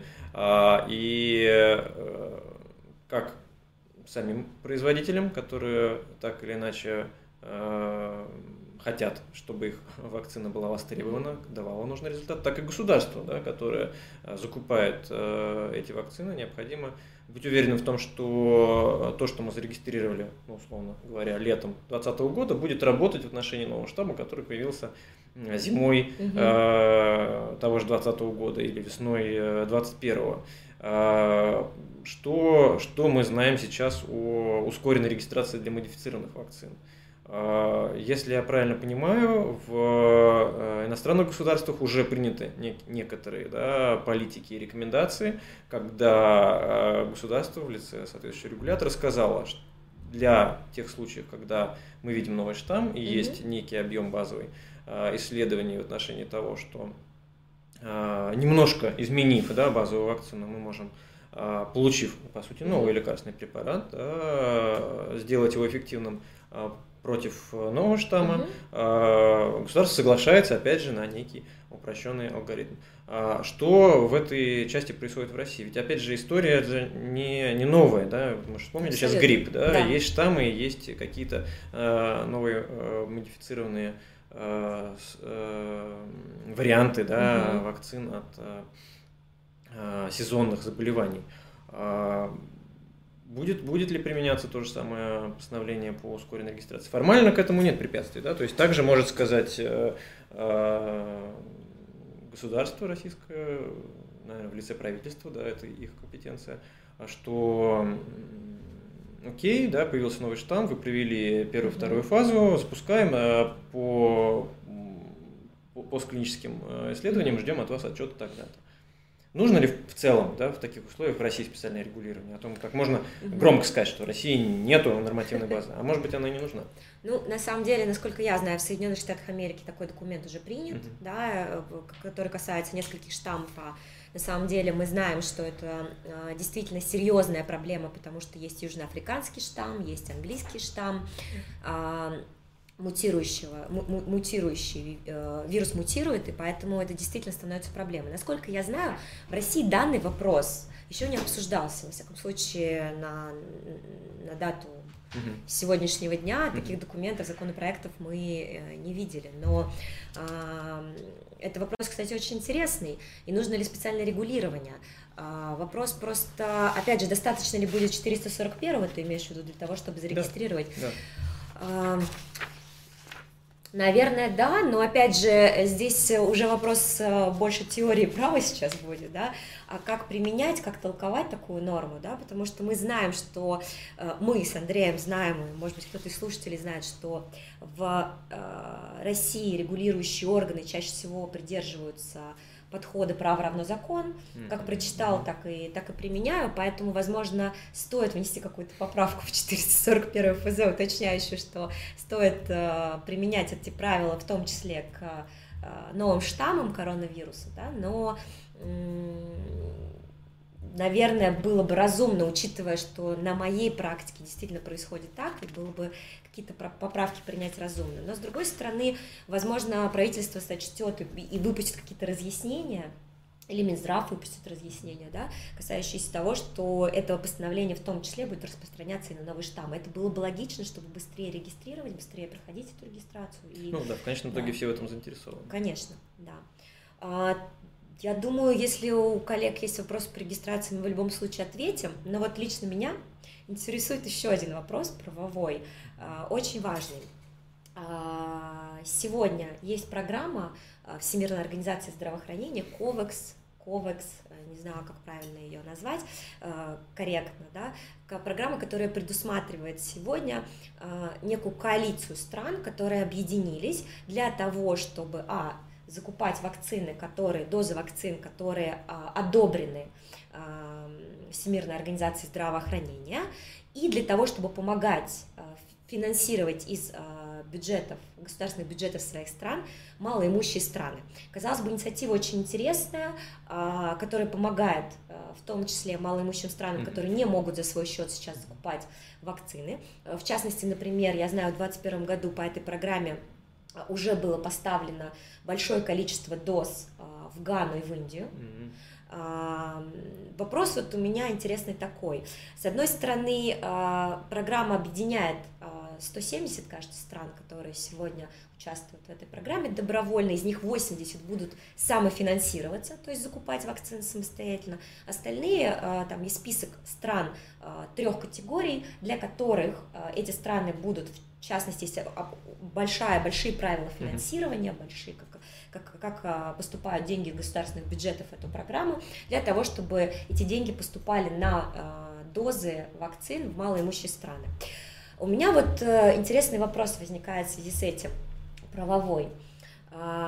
И как самим производителям, которые так или иначе хотят, чтобы их вакцина была востребована, давала нужный результат, так и государству, да, которое закупает эти вакцины, необходимо быть уверенным в том, что то, что мы зарегистрировали, условно говоря, летом 2020 года, будет работать в отношении нового штамма, который появился зимой того же 2020 года или весной 2021. Что мы знаем сейчас о ускоренной регистрации для модифицированных вакцин? Если я правильно понимаю, в иностранных государствах уже приняты некоторые, да, политики и рекомендации, когда государство в лице соответствующего регулятора сказало, что для тех случаев, когда мы видим новый штамм и есть некий объем базовый исследований в отношении того, что немножко изменив, да, базовую вакцину, мы можем получив, по сути, новый лекарственный препарат, сделать его эффективным против нового штамма, государство соглашается, опять же, на некий упрощенный алгоритм. Что в этой части происходит в России? Ведь, опять же, история же не новая, да? Мы же вспомнили сейчас грипп, да? Есть штаммы, есть какие-то новые модифицированные варианты, да, вакцин от сезонных заболеваний. Будет ли применяться то же самое постановление по ускоренной регистрации? Формально к этому нет препятствий, да? То есть также может сказать государство российское, наверное, в лице правительства, да, это их компетенция, что окей, да, появился новый штамм, вы провели первую, вторую фазу, запускаем по клиническим исследованиям, ждем от вас отчета тогда-то. Нужно ли в целом, да, в таких условиях в России специальное регулирование? О том, как можно громко сказать, что в России нету нормативной базы, а может быть она и не нужна? Ну, на самом деле, насколько я знаю, в Соединенных Штатах Америки такой документ уже принят, да, который касается нескольких штаммов, а на самом деле мы знаем, что это действительно серьезная проблема, потому что есть южноафриканский штамм, есть английский штамм, мутирующий вирус мутирует, и поэтому это действительно становится проблемой. Насколько я знаю, в России данный вопрос еще не обсуждался, во всяком случае, на дату сегодняшнего дня таких документов, законопроектов мы не видели. Но это вопрос, кстати, очень интересный. И нужно ли специальное регулирование? Вопрос просто, опять же, достаточно ли будет 441-го, ты имеешь в виду, для того, чтобы зарегистрировать? Да. Наверное, да, но опять же, здесь уже вопрос больше теории права сейчас будет, да, а как применять, как толковать такую норму, да, потому что мы знаем, что мы с Андреем знаем, и, может быть, кто-то из слушателей знает, что в России регулирующие органы чаще всего придерживаются подходы «право равно закон», как прочитал, так и применяю, поэтому, возможно, стоит внести какую-то поправку в 441 ФЗ, уточняющую, что стоит применять эти правила, в том числе к новым штаммам коронавируса, да, но, наверное, было бы разумно, учитывая, что на моей практике действительно происходит так, и было бы какие-то поправки принять разумно. Но, с другой стороны, возможно, правительство сочтет и выпустит какие-то разъяснения, или Минздрав выпустит разъяснения, да, касающиеся того, что это постановление в том числе будет распространяться и на новый штамм. Это было бы логично, чтобы быстрее регистрировать, быстрее проходить эту регистрацию. И, ну да, в конечном итоге все в этом заинтересованы. Конечно, да. Я думаю, если у коллег есть вопросы по регистрации, мы в любом случае ответим. Но вот лично меня интересует еще один вопрос правовой, очень важный. Сегодня есть программа Всемирной организации здравоохранения COVAX, не знаю, как правильно ее назвать, корректно, да, программа, которая предусматривает сегодня некую коалицию стран, которые объединились для того, чтобы закупать дозы вакцин, которые одобрены Всемирной организацией здравоохранения, и для того, чтобы помогать финансировать из государственных бюджетов своих стран малоимущие страны. Казалось бы, инициатива очень интересная, которая помогает в том числе малоимущим странам, которые не могут за свой счет сейчас закупать вакцины. В частности, например, я знаю, в 2021 году по этой программе уже было поставлено большое количество доз в Гану и в Индию. Вопрос вот у меня интересный такой. С одной стороны, программа объединяет 170, кажется, стран, которые сегодня участвуют в этой программе добровольно, из них 80 будут самофинансироваться, то есть закупать вакцины самостоятельно. Остальные, там есть список стран 3 категорий, для которых эти страны будут, в частности, есть большие правила финансирования, большие, как поступают деньги из государственных бюджетов в эту программу, для того, чтобы эти деньги поступали на дозы вакцин в малоимущие страны. У меня вот интересный вопрос возникает в связи с этим, правовой.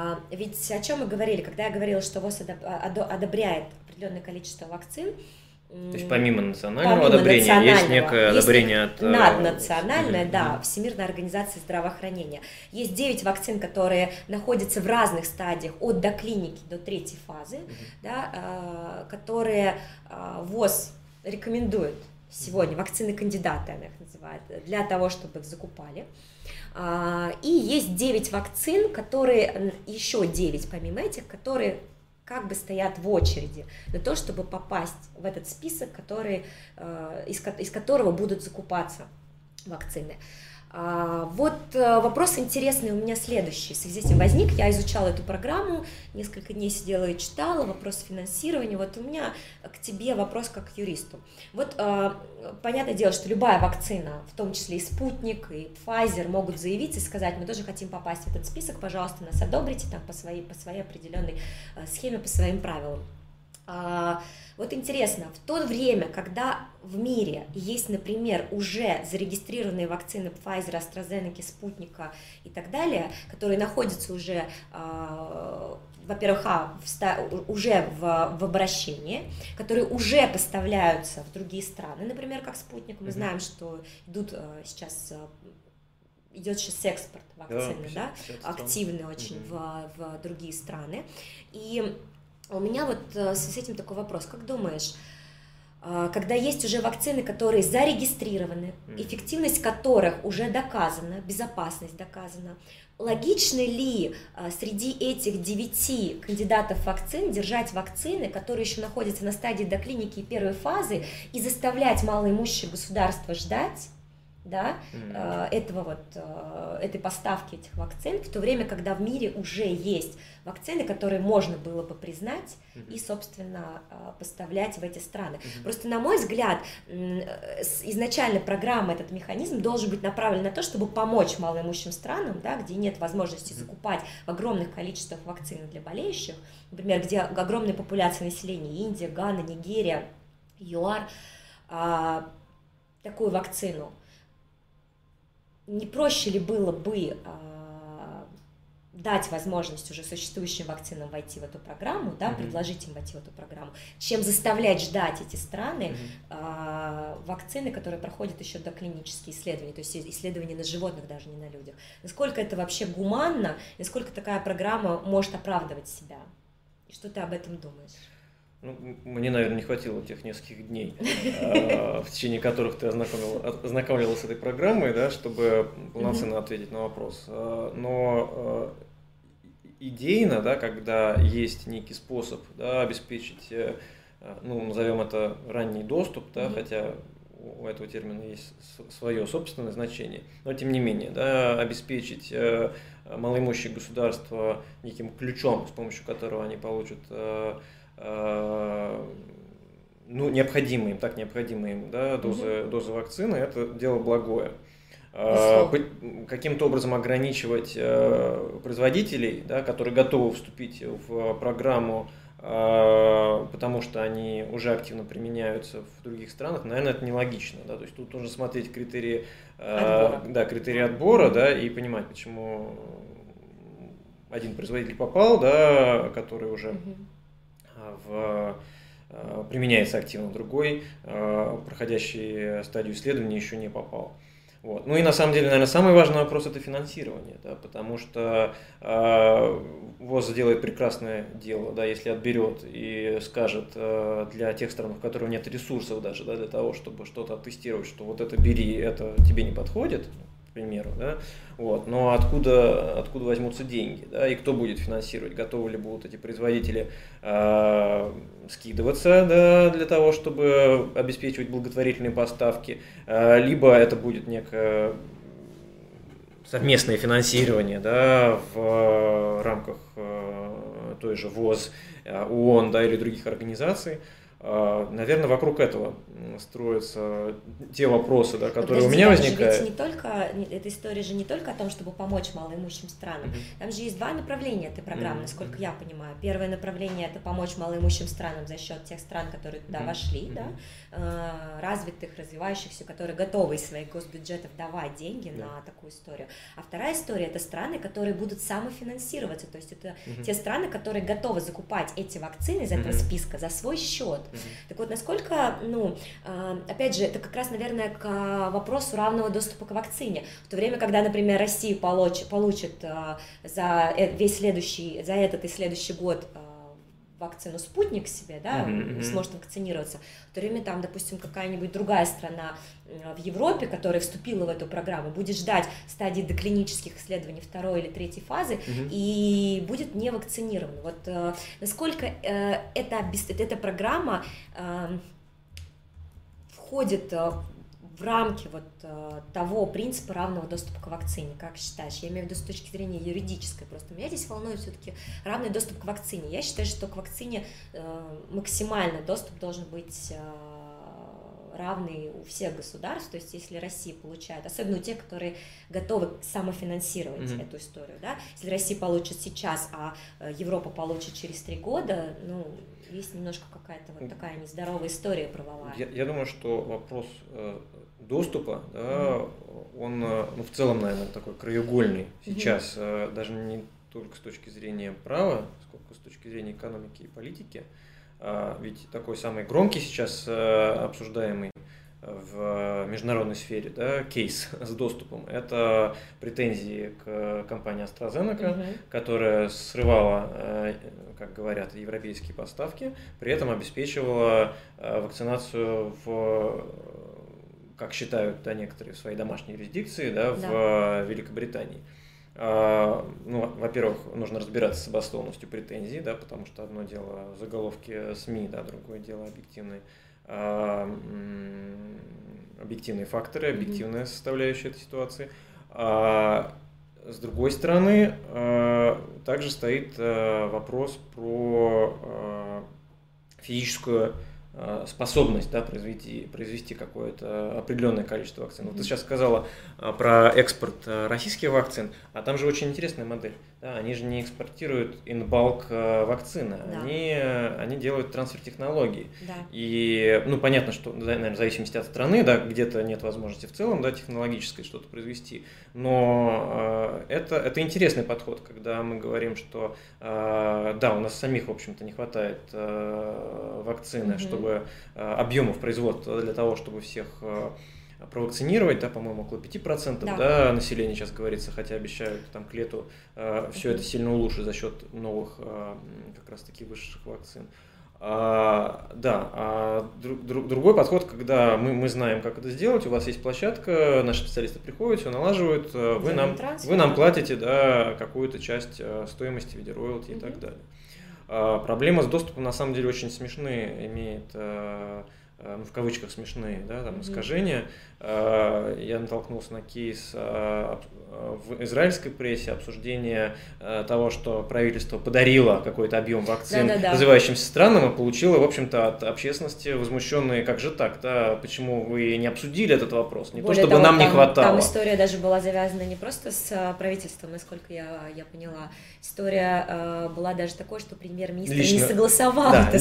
Ведь о чем мы говорили, когда я говорила, что ВОЗ одобряет определенное количество вакцин, То есть помимо национального одобрения есть некое одобрение от... Наднациональное, да, Всемирной организации здравоохранения. Есть 9 вакцин, которые находятся в разных стадиях, от доклиники до 3-й фазы, да, которые ВОЗ рекомендует сегодня, вакцины-кандидаты, она их называет, для того, чтобы их закупали. И есть 9 вакцин, которые, еще 9 помимо этих, которые как бы стоят в очереди на то, чтобы попасть в этот список, из которого будут закупаться вакцины. Вот вопрос интересный у меня следующий. В связи с этим возник, я изучала эту программу, несколько дней сидела и читала, вопрос финансирования. Вот у меня к тебе вопрос как к юристу. Вот понятное дело, что любая вакцина, в том числе и Спутник, и Pfizer, могут заявить и сказать: мы тоже хотим попасть в этот список, пожалуйста, нас одобрите там, по своей определенной схеме, по своим правилам. Вот интересно, в то время, когда в мире есть, например, уже зарегистрированные вакцины Pfizer, AstraZeneca, Спутника и так далее, которые находятся уже, во-первых, уже в обращении, которые уже поставляются в другие страны, например, как Спутник, мы знаем, что идет сейчас экспорт вакцины, да, активный очень в другие страны. И у меня вот с этим такой вопрос. Как думаешь, когда есть уже вакцины, которые зарегистрированы, эффективность которых уже доказана, безопасность доказана, логично ли среди этих 9 кандидатов вакцин держать вакцины, которые еще находятся на стадии доклиники и 1-й фазы, и заставлять малоимущие государства ждать, да, этой поставки этих вакцин, в то время, когда в мире уже есть вакцины, которые можно было бы признать и, собственно, поставлять в эти страны. Просто, на мой взгляд, изначально программа, этот механизм должен быть направлен на то, чтобы помочь малоимущим странам, да, где нет возможности закупать в огромных количествах вакцины для болеющих, например, где огромная популяция населения, Индия, Гана, Нигерия, ЮАР, такую вакцину. Не проще ли было бы дать возможность уже существующим вакцинам войти в эту программу, да, предложить им войти в эту программу, чем заставлять ждать эти страны вакцины, которые проходят еще доклинические исследования, то есть исследования на животных, даже не на людях. Насколько это вообще гуманно, насколько такая программа может оправдывать себя? И что ты об этом думаешь? Ну, мне, наверное, не хватило тех нескольких дней, в течение которых ты ознакомливалась с этой программой, да, чтобы полноценно ответить на вопрос. Но идейно, да, когда есть некий способ, да, обеспечить, ну, назовем это ранний доступ, да, хотя у этого термина есть свое собственное значение, но тем не менее, да, обеспечить малоимущие государства неким ключом, с помощью которого они получат ну, необходимые им, да, дозы вакцины, это дело благое. Каким-то образом ограничивать производителей, да, которые готовы вступить в программу, потому что они уже активно применяются в других странах, наверное, это нелогично. Да? То есть тут нужно смотреть критерии отбора, да, и понимать, почему один производитель попал, да, который уже применяется активно, другой, проходящий стадию исследования, еще не попал. Вот. Ну и на самом деле, наверное, самый важный вопрос – это финансирование, да, потому что ВОЗ сделает прекрасное дело, да, если отберет и скажет для тех стран, у которых нет ресурсов даже, да, для того, чтобы что-то оттестировать, что вот это бери, это тебе не подходит, к примеру, да, вот, но откуда возьмутся деньги, да, и кто будет финансировать, готовы ли будут эти производители скидываться, да, для того, чтобы обеспечивать благотворительные поставки, либо это будет некое совместное финансирование, да, в рамках той же ВОЗ, ООН, да, или других организаций. Наверное, вокруг этого строятся те вопросы, да, которые у меня возникают. Эта история же не только о том, чтобы помочь малоимущим странам. Там же есть 2 направления этой программы, насколько я понимаю. Первое направление – это помочь малоимущим странам за счет тех стран, которые туда вошли, да, развитых, развивающихся, которые готовы из своих госбюджетов давать деньги на такую историю. А вторая история – это страны, которые будут самофинансироваться. То есть это те страны, которые готовы закупать эти вакцины из этого списка за свой счет. Так вот, насколько, опять же, это как раз, наверное, к вопросу равного доступа к вакцине. В то время, когда, например, Россия получит за этот и следующий год вакцину «Спутник» себе, да, сможет вакцинироваться, в то время там, допустим, какая-нибудь другая страна в Европе, которая вступила в эту программу, будет ждать стадии доклинических исследований 2-й или 3-й фазы и будет не вакцинирована. Вот насколько эта программа входит в рамки вот того принципа равного доступа к вакцине, как считаешь? Я имею в виду с точки зрения юридической, просто меня здесь волнует все-таки равный доступ к вакцине. Я считаю, что к вакцине максимально доступ должен быть равный у всех государств, то есть если Россия получает, особенно у тех, которые готовы самофинансировать эту историю, да, если Россия получит сейчас, а Европа получит через 3 года, есть немножко какая-то вот такая нездоровая история правовая. Я думаю, что вопрос доступа, да, он в целом, наверное, такой краеугольный сейчас, даже не только с точки зрения права, сколько с точки зрения экономики и политики. Ведь такой самый громкий сейчас обсуждаемый в международной сфере, да, кейс с доступом, это претензии к компании AstraZeneca, которая срывала, как говорят, европейские поставки, при этом обеспечивала вакцинацию как считают, да, некоторые в своей домашней юрисдикции, да, в Великобритании. Во-первых, нужно разбираться с обоснованностью претензий, да, потому что одно дело заголовки СМИ, да, другое дело объективные факторы, объективная составляющая этой ситуации. С другой стороны, также стоит вопрос про физическую способность, да, произвести какое-то определенное количество вакцин. Вот ты сейчас сказала про экспорт российских вакцин, а там же очень интересная модель. Да, они же не экспортируют in-bulk вакцины, они делают трансфер технологий. Да. И, понятно, что, наверное, в зависимости от страны, да, где-то нет возможности в целом, да, технологической что-то произвести, но это интересный подход, когда мы говорим, что да, у нас самих, в общем-то, не хватает вакцины, чтобы объемов производства для того, чтобы всех провакцинировать, да, по-моему, около 5% да, населения сейчас говорится, хотя обещают там к лету все это сильно улучшить за счет новых как раз-таки высших вакцин. Другой подход, когда мы знаем, как это сделать, у вас есть площадка, наши специалисты приходят, все налаживают, вы нам платите, да, какую-то часть стоимости в виде роялти и так далее. Проблема с доступом на самом деле очень смешные имеет, в кавычках смешные, да, там, искажения. Я натолкнулся на кейс в израильской прессе обсуждение того, что правительство подарило какой-то объем вакцин развивающимся странам и получило, в общем-то, от общественности возмущенные, как же так, да, почему вы не обсудили этот вопрос, не более то, чтобы нам не хватало. Там история даже была завязана не просто с правительством, насколько я поняла, история была даже такой, что премьер-министр не согласовал это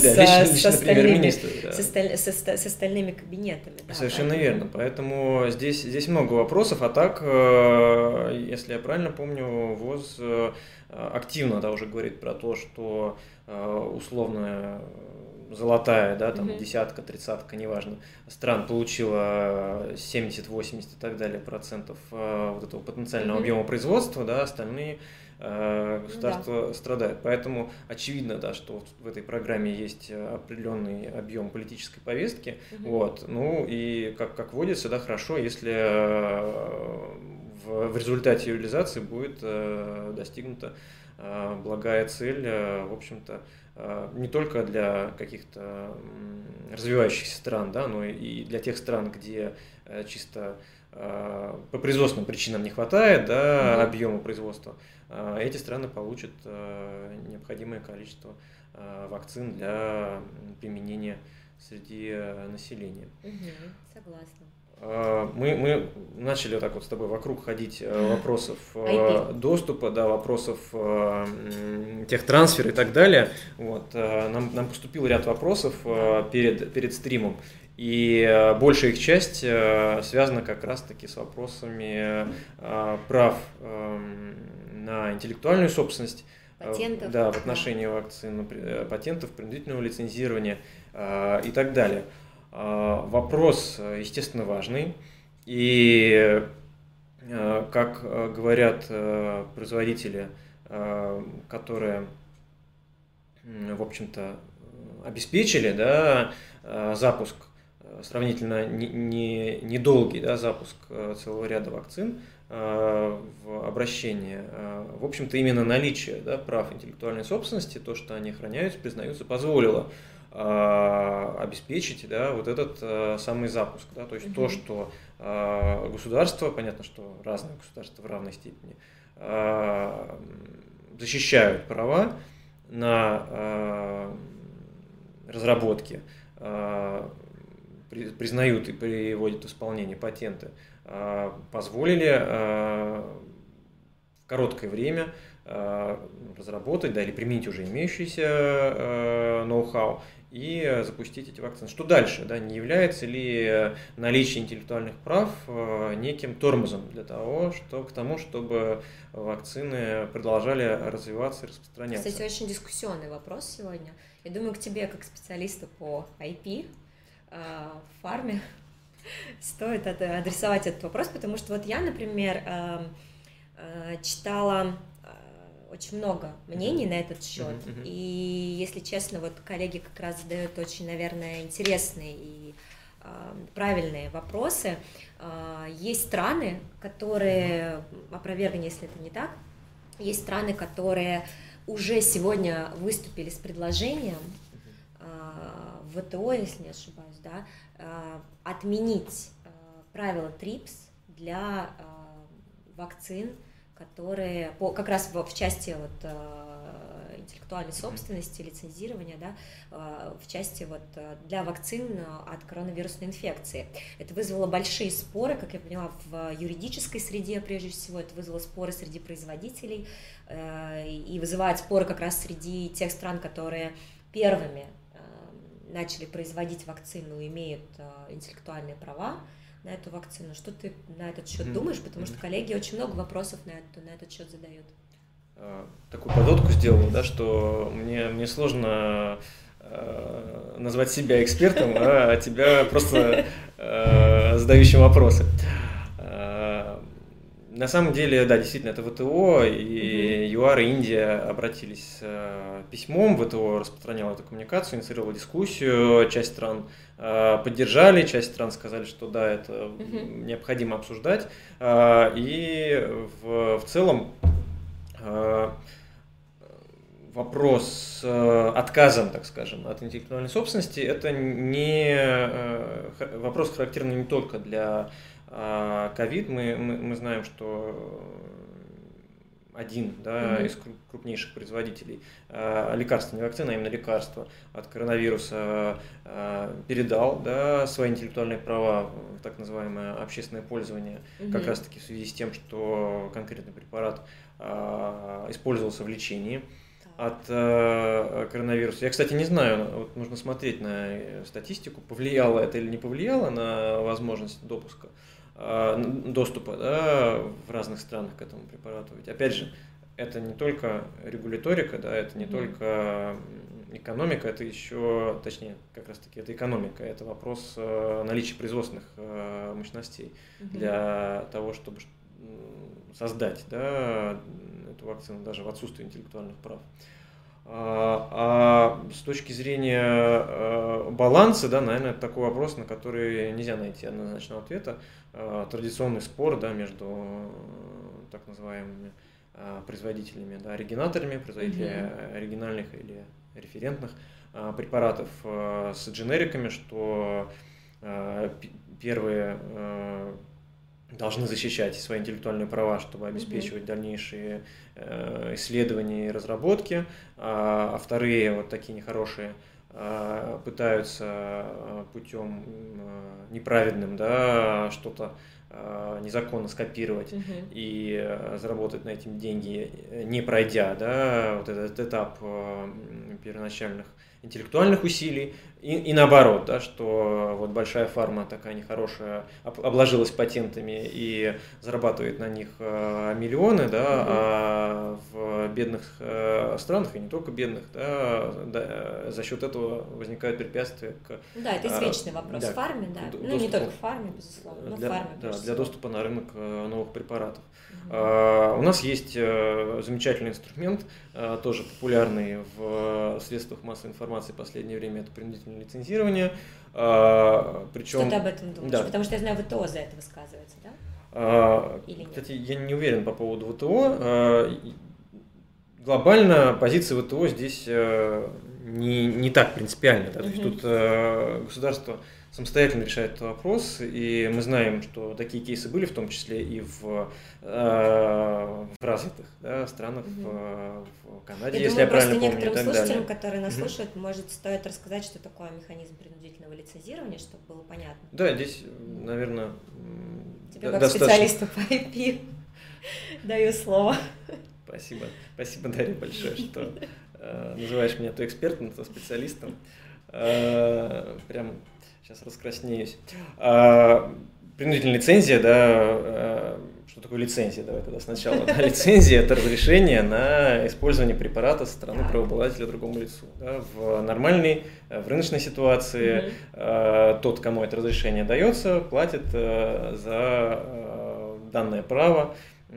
с остальными кабинетами. Да, совершенно верно, поэтому здесь много вопросов, а так, если я правильно помню, ВОЗ активно, да, уже говорит про то, что условно золотая, да, там десятка, тридцатка, неважно, стран получила 70, 80 и так далее процентов вот этого потенциального объема производства, да, остальные государства страдают. Поэтому очевидно, да, что в этой программе есть определенный объем политической повестки. Вот. Ну и как водится, да, хорошо, если в результате ее реализации будет достигнута благая цель, в общем-то, не только для каких-то развивающихся стран, да, но и для тех стран, где чисто по производственным причинам не хватает, да, объема производства. Эти страны получат необходимое количество вакцин для применения среди населения. Согласна. Мы начали так вот с тобой вокруг ходить вопросов доступа, да, вопросов техтрансфера и так далее. Вот, нам поступил ряд вопросов перед стримом, и большая их часть связана как раз-таки с вопросами прав на интеллектуальную собственность, патентов, да, в отношении вакцин, патентов, принудительного лицензирования и так далее. Вопрос, естественно, важный. И, как говорят производители, которые, в общем-то, обеспечили, да, запуск, сравнительно недолгий, да, запуск целого ряда вакцин в обращение, в общем-то, именно наличие, да, прав интеллектуальной собственности, то, что они храняются, признаются, позволило обеспечить, да, вот этот самый запуск. Да, то есть то, что государство, понятно, что разные государства в равной степени защищают права на разработки, признают и приводят в исполнение патенты, позволили в короткое время разработать, да, или применить уже имеющийся ноу-хау и запустить эти вакцины. Что дальше? Да, не является ли наличие интеллектуальных прав неким тормозом для того, к тому, чтобы вакцины продолжали развиваться и распространяться? Кстати, очень дискуссионный вопрос сегодня. Я думаю, к тебе, как специалисту по IP в фарме, стоит адресовать этот вопрос, потому что вот я, например, читала очень много мнений на этот счет, и, если честно, вот коллеги как раз задают очень, наверное, интересные и правильные вопросы. Есть страны, которые, опровергни, если это не так, есть страны, которые уже сегодня выступили с предложением в ВТО, если не ошибаюсь, да, отменить правила ТРИПС для вакцин, которые как раз в части вот интеллектуальной собственности, лицензирования, да, в части вот для вакцин от коронавирусной инфекции. Это вызвало большие споры, как я поняла, в юридической среде, прежде всего, это вызвало споры среди производителей и вызывает споры как раз среди тех стран, которые первыми начали производить вакцину и имеют интеллектуальные права на эту вакцину. Что ты на этот счет думаешь? Потому что коллеги очень много вопросов на этот счет задают. Такую подводку сделал, да, что мне сложно назвать себя экспертом, а тебя просто задающим вопросы. На самом деле, да, действительно, это ВТО, и ЮАР, и Индия обратились с письмом, ВТО распространяла эту коммуникацию, инициировала дискуссию, часть стран поддержали, часть стран сказали, что да, это необходимо обсуждать, и в целом вопрос с отказом, так скажем, от интеллектуальной собственности, это не вопрос, характерный не только для ковид. Мы знаем, что один, да, из крупнейших производителей лекарства, не вакцины, а именно лекарства от коронавируса передал, да, свои интеллектуальные права в так называемое общественное пользование, как раз таки в связи с тем, что конкретный препарат использовался в лечении от коронавируса. Я, кстати, не знаю, вот нужно смотреть на статистику, повлияло это или не повлияло на возможность доступа, да, в разных странах к этому препарату. Ведь, опять же, это не только регуляторика, да, это не только экономика, это еще, точнее, как раз таки, это экономика, это вопрос наличия производственных мощностей для того, чтобы создать, да, эту вакцину даже в отсутствии интеллектуальных прав. А с точки зрения баланса, да, наверное, это такой вопрос, на который нельзя найти однозначного ответа. Традиционный спор, да, между так называемыми производителями, да, оригинаторами, производителями оригинальных или референтных препаратов с дженериками, что первые должны защищать свои интеллектуальные права, чтобы обеспечивать дальнейшие исследования и разработки, а вторые, вот такие нехорошие, пытаются путем неправедным, да, что-то незаконно скопировать и заработать на этом деньги, не пройдя, да, вот этот этап первоначальных интеллектуальных усилий, и наоборот, да, что вот большая фарма такая нехорошая обложилась патентами и зарабатывает на них миллионы, да, а в бедных странах, и не только бедных, да, за счет этого возникают препятствия к... Да, это извечный вопрос да, в фарме, да. Ну, не только в фарме, безусловно, но в фарме. Для доступа на рынок новых препаратов. У нас есть замечательный инструмент, тоже популярный в средствах массовой информации в последнее время, это принудительное лицензирование. Причем, что ты об этом думаешь? Да. Потому что я знаю, ВТО за это высказывается, да? Или нет? Кстати, я не уверен по поводу ВТО. Глобально позиция ВТО здесь не так принципиальна. Да? То есть тут государство самостоятельно решает этот вопрос, и мы знаем, что такие кейсы были, в том числе и в развитых, да, странах, в Канаде, если я правильно помню, и так далее. Некоторым слушателям, которые нас слушают, может, стоит рассказать, что такое механизм принудительного лицензирования, чтобы было понятно. Да, здесь, наверное, тебе как специалисту по IP даю слово. Спасибо. Спасибо, Дарья, большое, что называешь меня то экспертом, то специалистом. Прям сейчас раскраснеюсь. Принудительная лицензия, да, что такое лицензия? Давай тогда сначала. Да, лицензия – это разрешение на использование препарата со стороны правообладателя другому лицу. Да. В нормальной, в рыночной ситуации тот, кому это разрешение дается, платит за данное право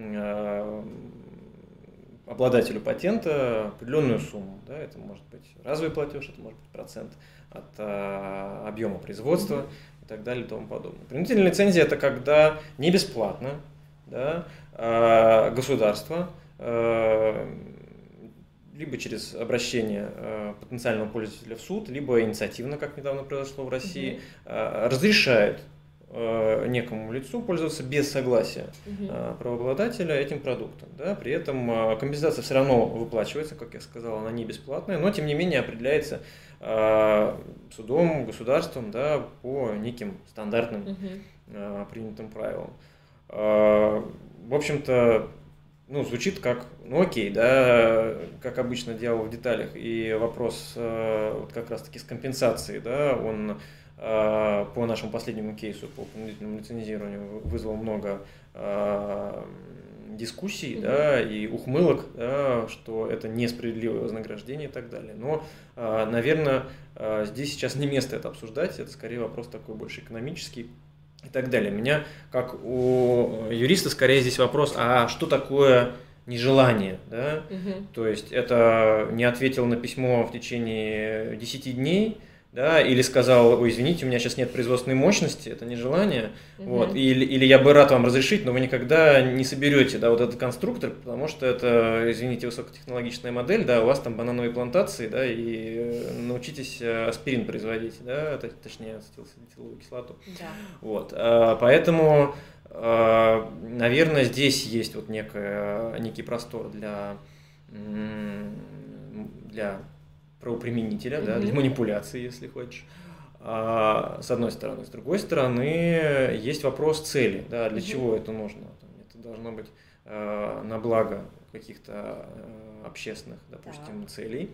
обладателю патента определенную сумму. Да. Это может быть разовый платеж, это может быть процент от объема производства и так далее и тому подобное. Принудительная лицензия – это когда не бесплатно, да, государство либо через обращение потенциального пользователя в суд, либо инициативно, как недавно произошло в России, разрешает некому лицу пользоваться без согласия правообладателя этим продуктом. Да? При этом компенсация все равно выплачивается, как я сказал, она не бесплатная, но тем не менее определяется судом, государством, да, по неким стандартным принятым правилам. В общем-то, ну, звучит как, ну окей, да, как обычно дело в деталях, и вопрос вот как раз-таки с компенсацией, да, он по нашему последнему кейсу по принудительному лицензированию вызвал много дискуссий, да, и ухмылок, да, что это несправедливое вознаграждение и так далее. Но, наверное, здесь сейчас не место это обсуждать, это скорее вопрос такой больше экономический и так далее. У меня, как у юриста, скорее здесь вопрос, а что такое нежелание? Да? То есть это не ответил на письмо в течение 10 дней, да, или сказал, ой, извините, у меня сейчас нет производственной мощности, это нежелание, вот, или я бы рад вам разрешить, но вы никогда не соберете, да, вот этот конструктор, потому что это, извините, высокотехнологичная модель, да, у вас там банановые плантации, да, и научитесь аспирин производить, да, точнее, ацетилсалициловую кислоту. Да. Вот, поэтому, наверное, здесь есть вот некий простор для правоприменителя, да, для манипуляции, если хочешь, с одной стороны. С другой стороны, есть вопрос цели, да, для чего это нужно. Это должно быть на благо каких-то общественных, допустим, целей,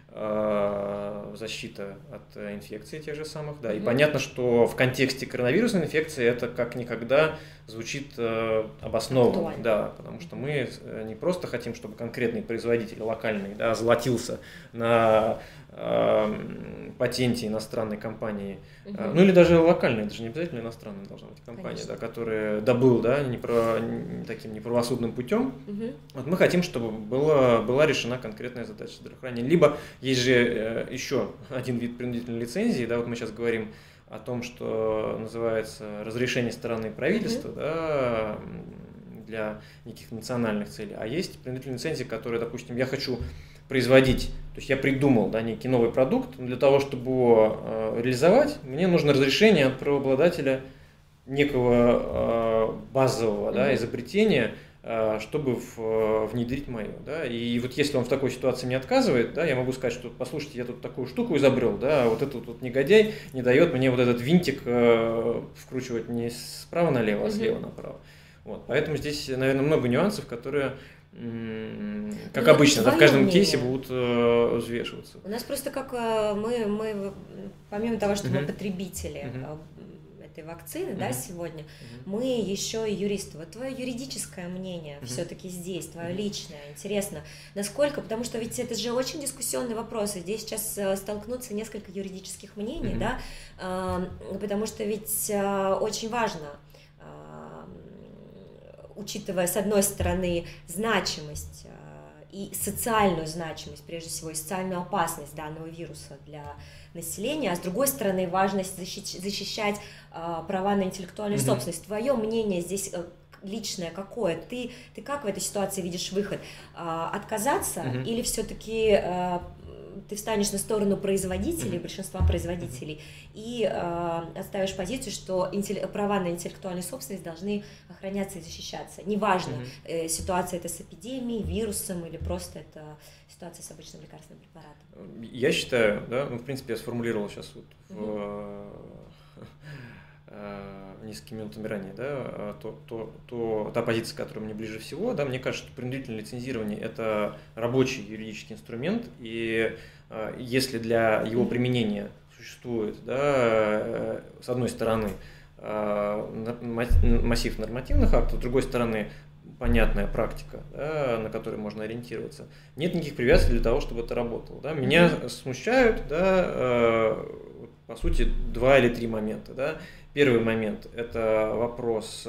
защита от инфекций тех же самых. Да. И понятно, что в контексте коронавирусной инфекции это как никогда звучит обоснованно, да, потому что мы не просто хотим, чтобы конкретный производитель локальный, да, золотился на патенте иностранной компании, ну или даже локальной, даже не обязательно иностранная должна быть компания, да, которая добыл, да, таким неправосудным путем. Вот мы хотим, чтобы была решена конкретная задача здравоохранения. Либо есть же еще один вид принудительной лицензии, да, вот мы сейчас говорим о том, что называется разрешение стороны правительства, да, для неких национальных целей. А есть принудительные лицензии, которые, допустим, я хочу производить, то есть я придумал, да, некий новый продукт, но для того, чтобы его реализовать, мне нужно разрешение от правообладателя некого базового, да, изобретения, чтобы внедрить мое. Да. И вот если он в такой ситуации мне отказывает, да, я могу сказать, что послушайте, я тут такую штуку изобрел, да, а вот этот вот негодяй не дает мне вот этот винтик вкручивать не справа налево, а слева направо. Вот. Поэтому здесь, наверное, много нюансов, которые как обычно, в каждом мнение. кейсе будут взвешиваться. У нас просто как мы помимо того, что мы потребители этой вакцины, да, сегодня, мы еще и юристы. Вот твое юридическое мнение все-таки здесь, твое личное, интересно, насколько, потому что ведь это же очень дискуссионный вопрос, и здесь сейчас столкнутся несколько юридических мнений, да, потому что ведь очень важно, учитывая, с одной стороны, значимость и социальную значимость, прежде всего, и социальную опасность данного вируса для населения, а с другой стороны, важность защищать права на интеллектуальную собственность. Твое мнение здесь личное какое? Ты как в этой ситуации видишь выход? Отказаться или все-таки ты встанешь на сторону производителей, большинства производителей, и отставишь позицию, что права на интеллектуальную собственность должны охраняться и защищаться. Неважно, ситуация это с эпидемией, вирусом или просто это ситуация с обычным лекарственным препаратом. Я считаю, да, в принципе, я сформулировал сейчас несколькими минутами ранее, да, та позиция, которая мне ближе всего, да, мне кажется, что принудительное лицензирование – это рабочий юридический инструмент, и если для его применения существует, да, с одной стороны, массив нормативных актов, с другой стороны, понятная практика, да, на которой можно ориентироваться, нет никаких привязок для того, чтобы это работало. Да. Меня смущают, да, по сути, 2 или 3 момента. Да. Первый момент – это вопрос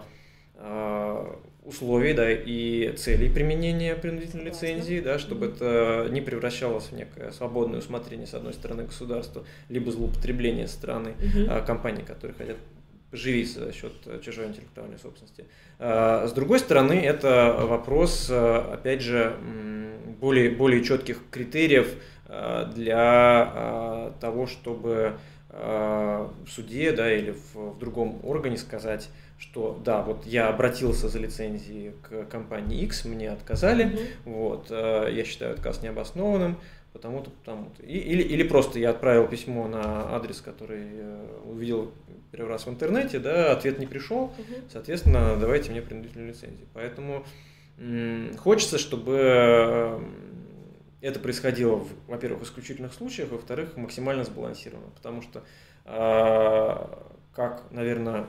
условий, да, и целей применения принудительной лицензии, да, чтобы это не превращалось в некое свободное усмотрение, с одной стороны, государства, либо злоупотребление со стороны компаний, которые хотят поживиться за счет чужой интеллектуальной собственности. С другой стороны, это вопрос, опять же, более четких критериев для того, чтобы в суде, да, или в другом органе сказать, что да, вот я обратился за лицензией к компании X, мне отказали, вот, я считаю отказ необоснованным, потому-то, потому-то. Или просто я отправил письмо на адрес, который увидел первый раз в интернете, да, ответ не пришел, соответственно, давайте мне принудительную лицензию. Поэтому хочется, чтобы это происходило, во-первых, в исключительных случаях, во-вторых, максимально сбалансированно, потому что, как, наверное,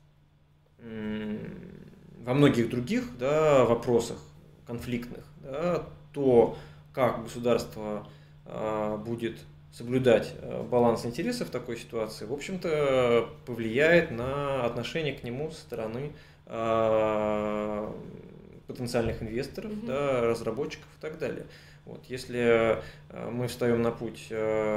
во многих других, да, вопросах конфликтных, да, то, как государство будет соблюдать баланс интересов в такой ситуации, в общем-то, повлияет на отношение к нему со стороны потенциальных инвесторов, да, разработчиков и так далее. Вот, если мы встаем на путь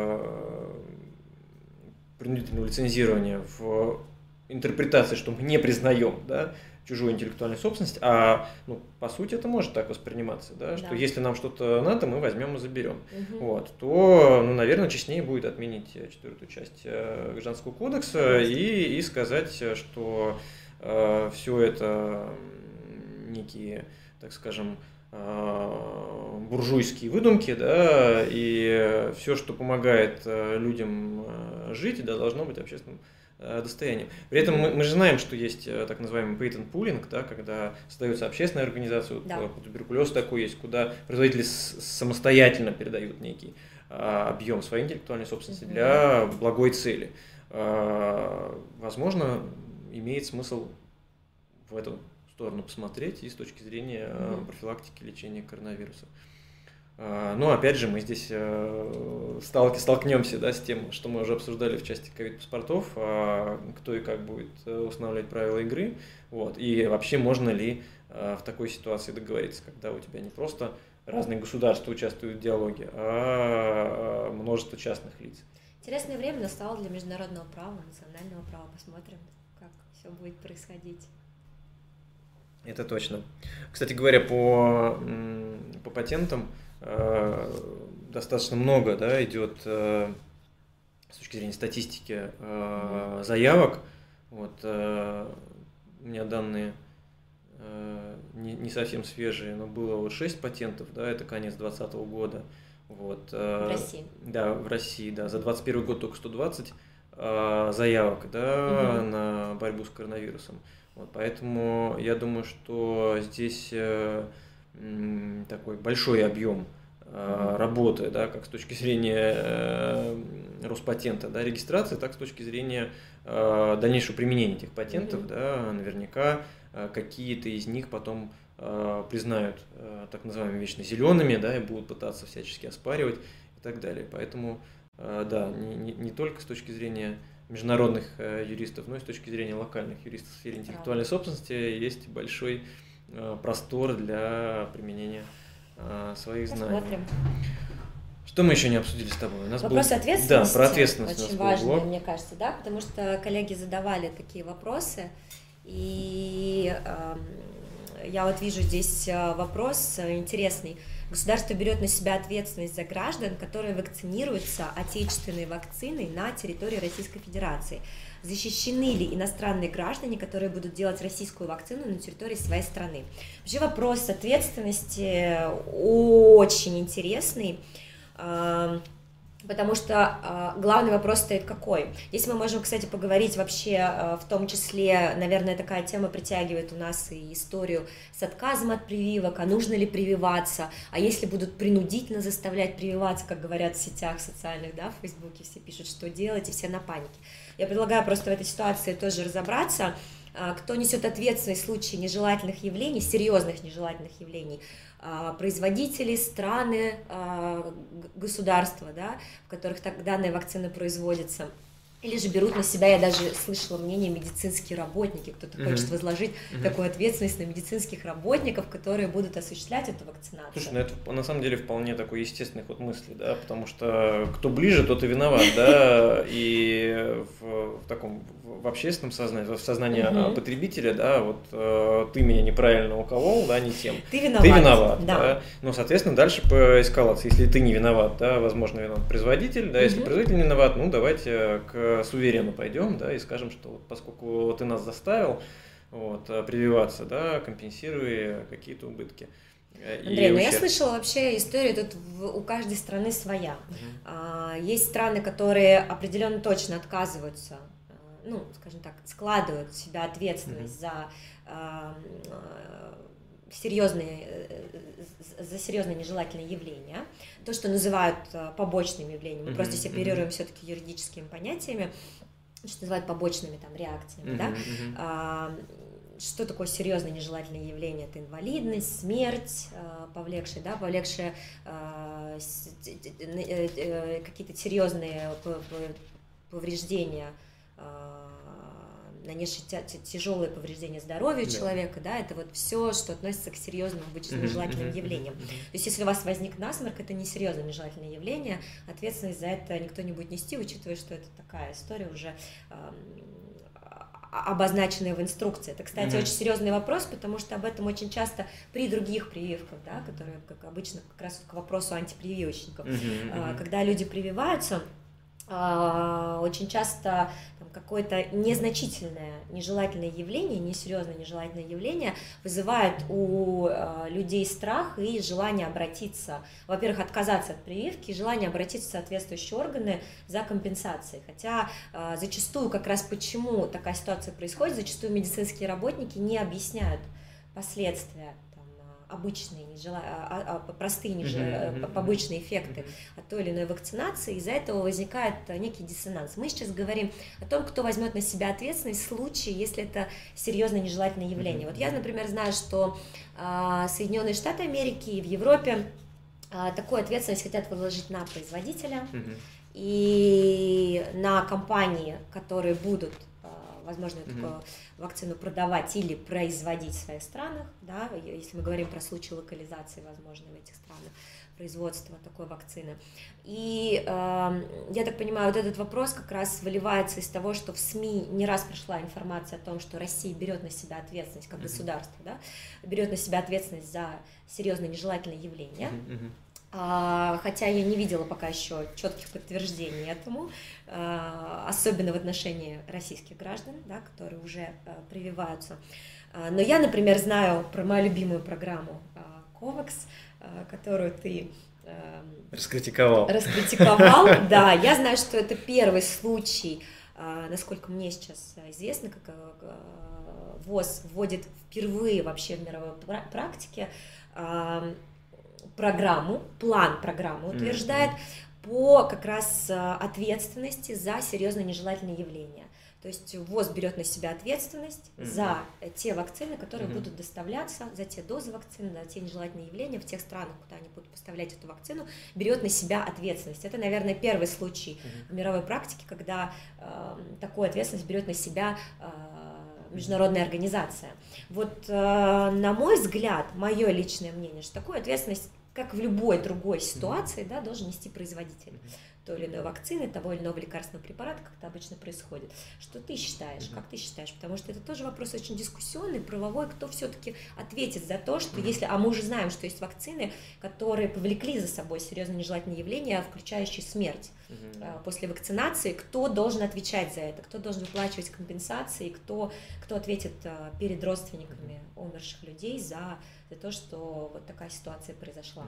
принудительного лицензирования в интерпретации, что мы не признаем, да, чужую интеллектуальную собственность, а по сути это может так восприниматься, да, что если нам что-то надо, мы возьмем и заберем, вот, то, наверное, честнее будет отменить 4-ю часть Гражданского кодекса и сказать, что все это некие, так скажем, буржуйские выдумки, да, и все, что помогает людям жить, да, должно быть общественным достоянием. При этом мы же знаем, что есть так называемый patent pooling, да, когда создается общественная организация, по туберкулезу такой есть, куда производители самостоятельно передают некий объем своей интеллектуальной собственности для благой цели. Возможно, имеет смысл в эту сторону посмотреть и с точки зрения профилактики лечения коронавируса. Но опять же, мы здесь столкнемся, да, с тем, что мы уже обсуждали в части ковид-паспортов, кто и как будет устанавливать правила игры, вот, и вообще можно ли в такой ситуации договориться, когда у тебя не просто разные государства участвуют в диалоге, а множество частных лиц. Интересное время настало для международного права, национального права. Посмотрим, как все будет происходить. Это точно. Кстати говоря, по патентам достаточно много, да, идет с точки зрения статистики заявок. Вот, у меня данные не совсем свежие, но было вот 6 патентов, да, это конец 2020 года. Вот, в России? Да, в России, да, за 2021 год только 120 заявок, да, на борьбу с коронавирусом. Вот, поэтому я думаю, что здесь такой большой объем работы, да, как с точки зрения Роспатента, да, регистрации, так и с точки зрения дальнейшего применения этих патентов, да, наверняка какие-то из них потом признают так называемыми вечно зелеными, да, и будут пытаться всячески оспаривать и так далее. Поэтому, да, не только с точки зрения международных юристов, но и с точки зрения локальных юристов в сфере интеллектуальной собственности есть большой простор для применения своих знаний. Посмотрим. Что мы еще не обсудили с тобой? У нас вопрос был... ответственности. Да, про ответственность. Очень важный, мне кажется, да, потому что коллеги задавали такие вопросы, и я вот вижу здесь вопрос интересный. Государство берет на себя ответственность за граждан, которые вакцинируются отечественной вакциной на территории Российской Федерации. Защищены ли иностранные граждане, которые будут делать российскую вакцину на территории своей страны? Вообще вопрос ответственности очень интересный, потому что главный вопрос стоит какой? Здесь мы можем, кстати, поговорить вообще, в том числе, наверное, такая тема притягивает у нас и историю с отказом от прививок, а нужно ли прививаться, а если будут принудительно заставлять прививаться, как говорят в сетях социальных, да, в Фейсбуке все пишут, что делать, и все на панике. Я предлагаю просто в этой ситуации тоже разобраться, кто несет ответственность в случае нежелательных явлений, серьезных нежелательных явлений, производители, страны, государства, да, в которых данная вакцина производится, или же берут на себя, я даже слышала мнение, медицинские работники, кто-то хочет возложить такую ответственность на медицинских работников, которые будут осуществлять эту вакцинацию. Слушай, ну это на самом деле вполне такой естественный ход мысли, да, потому что кто ближе, тот и виноват, да, и в общественном сознании, в сознании потребителя, да, вот ты меня неправильно уколол, да, не тем. Ты виноват, да. Ну, соответственно, дальше по эскалации, если ты не виноват, да, возможно, виноват производитель, да, если производитель не виноват, ну, давайте к суверену пойдем, да, и скажем, что вот, поскольку ты нас заставил вот, прививаться, да, компенсируя какие-то убытки. Андрей, ну я слышала вообще историю, тут у каждой страны своя. Есть страны, которые определенно точно отказываются, ну, скажем так, складывают в себя ответственность за серьезные нежелательные явления, то, что называют побочными явлениями, мы просто здесь оперируем все-таки юридическими понятиями, что называют побочными там реакциями, да. Что такое серьезное нежелательное явление? Это инвалидность, смерть, повлекшая какие-то серьезные повреждения, нанесшие тяжелые повреждения здоровью человека, да, это вот все, что относится к серьезным обычно нежелательным явлениям. То есть, если у вас возник насморк, это не серьезное нежелательное явление, ответственность за это никто не будет нести, учитывая, что это такая история уже обозначенная в инструкции. Это, кстати, очень серьезный вопрос, потому что об этом очень часто при других прививках, да, которые, как обычно, как раз к вопросу антипрививочников, когда люди прививаются, очень часто какое-то незначительное нежелательное явление, несерьезное нежелательное явление вызывает у людей страх и желание обратиться, во-первых, отказаться от прививки, и желание обратиться в соответствующие органы за компенсацией. Хотя зачастую, как раз почему такая ситуация происходит, зачастую медицинские работники не объясняют последствия, обычные, простые побочные эффекты от той или иной вакцинации, из-за этого возникает некий диссонанс. Мы сейчас говорим о том, кто возьмет на себя ответственность в случае, если это серьезное нежелательное явление. Вот я, например, знаю, что Соединенные Штаты Америки и в Европе такую ответственность хотят возложить на производителя и на компании, которые будут, возможно, эту вакцину продавать или производить в своих странах, да, если мы говорим про случай локализации, возможно, в этих странах, производства такой вакцины. И я так понимаю, вот этот вопрос как раз выливается из того, что в СМИ не раз пришла информация о том, что Россия берет на себя ответственность, как государство, да, берет на себя ответственность за серьезное нежелательное явление. Хотя я не видела пока еще четких подтверждений этому, особенно в отношении российских граждан, да, которые уже прививаются. Но я, например, знаю про мою любимую программу COVAX, которую ты раскритиковал. Да, я знаю, что это первый случай насколько мне сейчас известно, как ВОЗ вводит впервые вообще в мировой практике план программы утверждает по как раз ответственности за серьезные нежелательные явления. То есть ВОЗ берет на себя ответственность за те вакцины, которые будут доставляться, за те дозы вакцины, за те нежелательные явления в тех странах, куда они будут поставлять эту вакцину, берет на себя ответственность. Это, наверное, первый случай в мировой практике, когда такую ответственность берет на себя международная организация. Вот, на мой взгляд, мое личное мнение, что такую ответственность, как в любой другой ситуации, да, должен нести производитель той или иной вакцины, того или иного лекарственного препарата, как это обычно происходит. Что ты считаешь? Как ты считаешь? Потому что это тоже вопрос очень дискуссионный, правовой, кто все-таки ответит за то, что если... А мы уже знаем, что есть вакцины, которые повлекли за собой серьезные нежелательные явления, включающие смерть после вакцинации. Кто должен отвечать за это? Кто должен выплачивать компенсации? Кто ответит перед родственниками умерших людей за то, что вот такая ситуация произошла?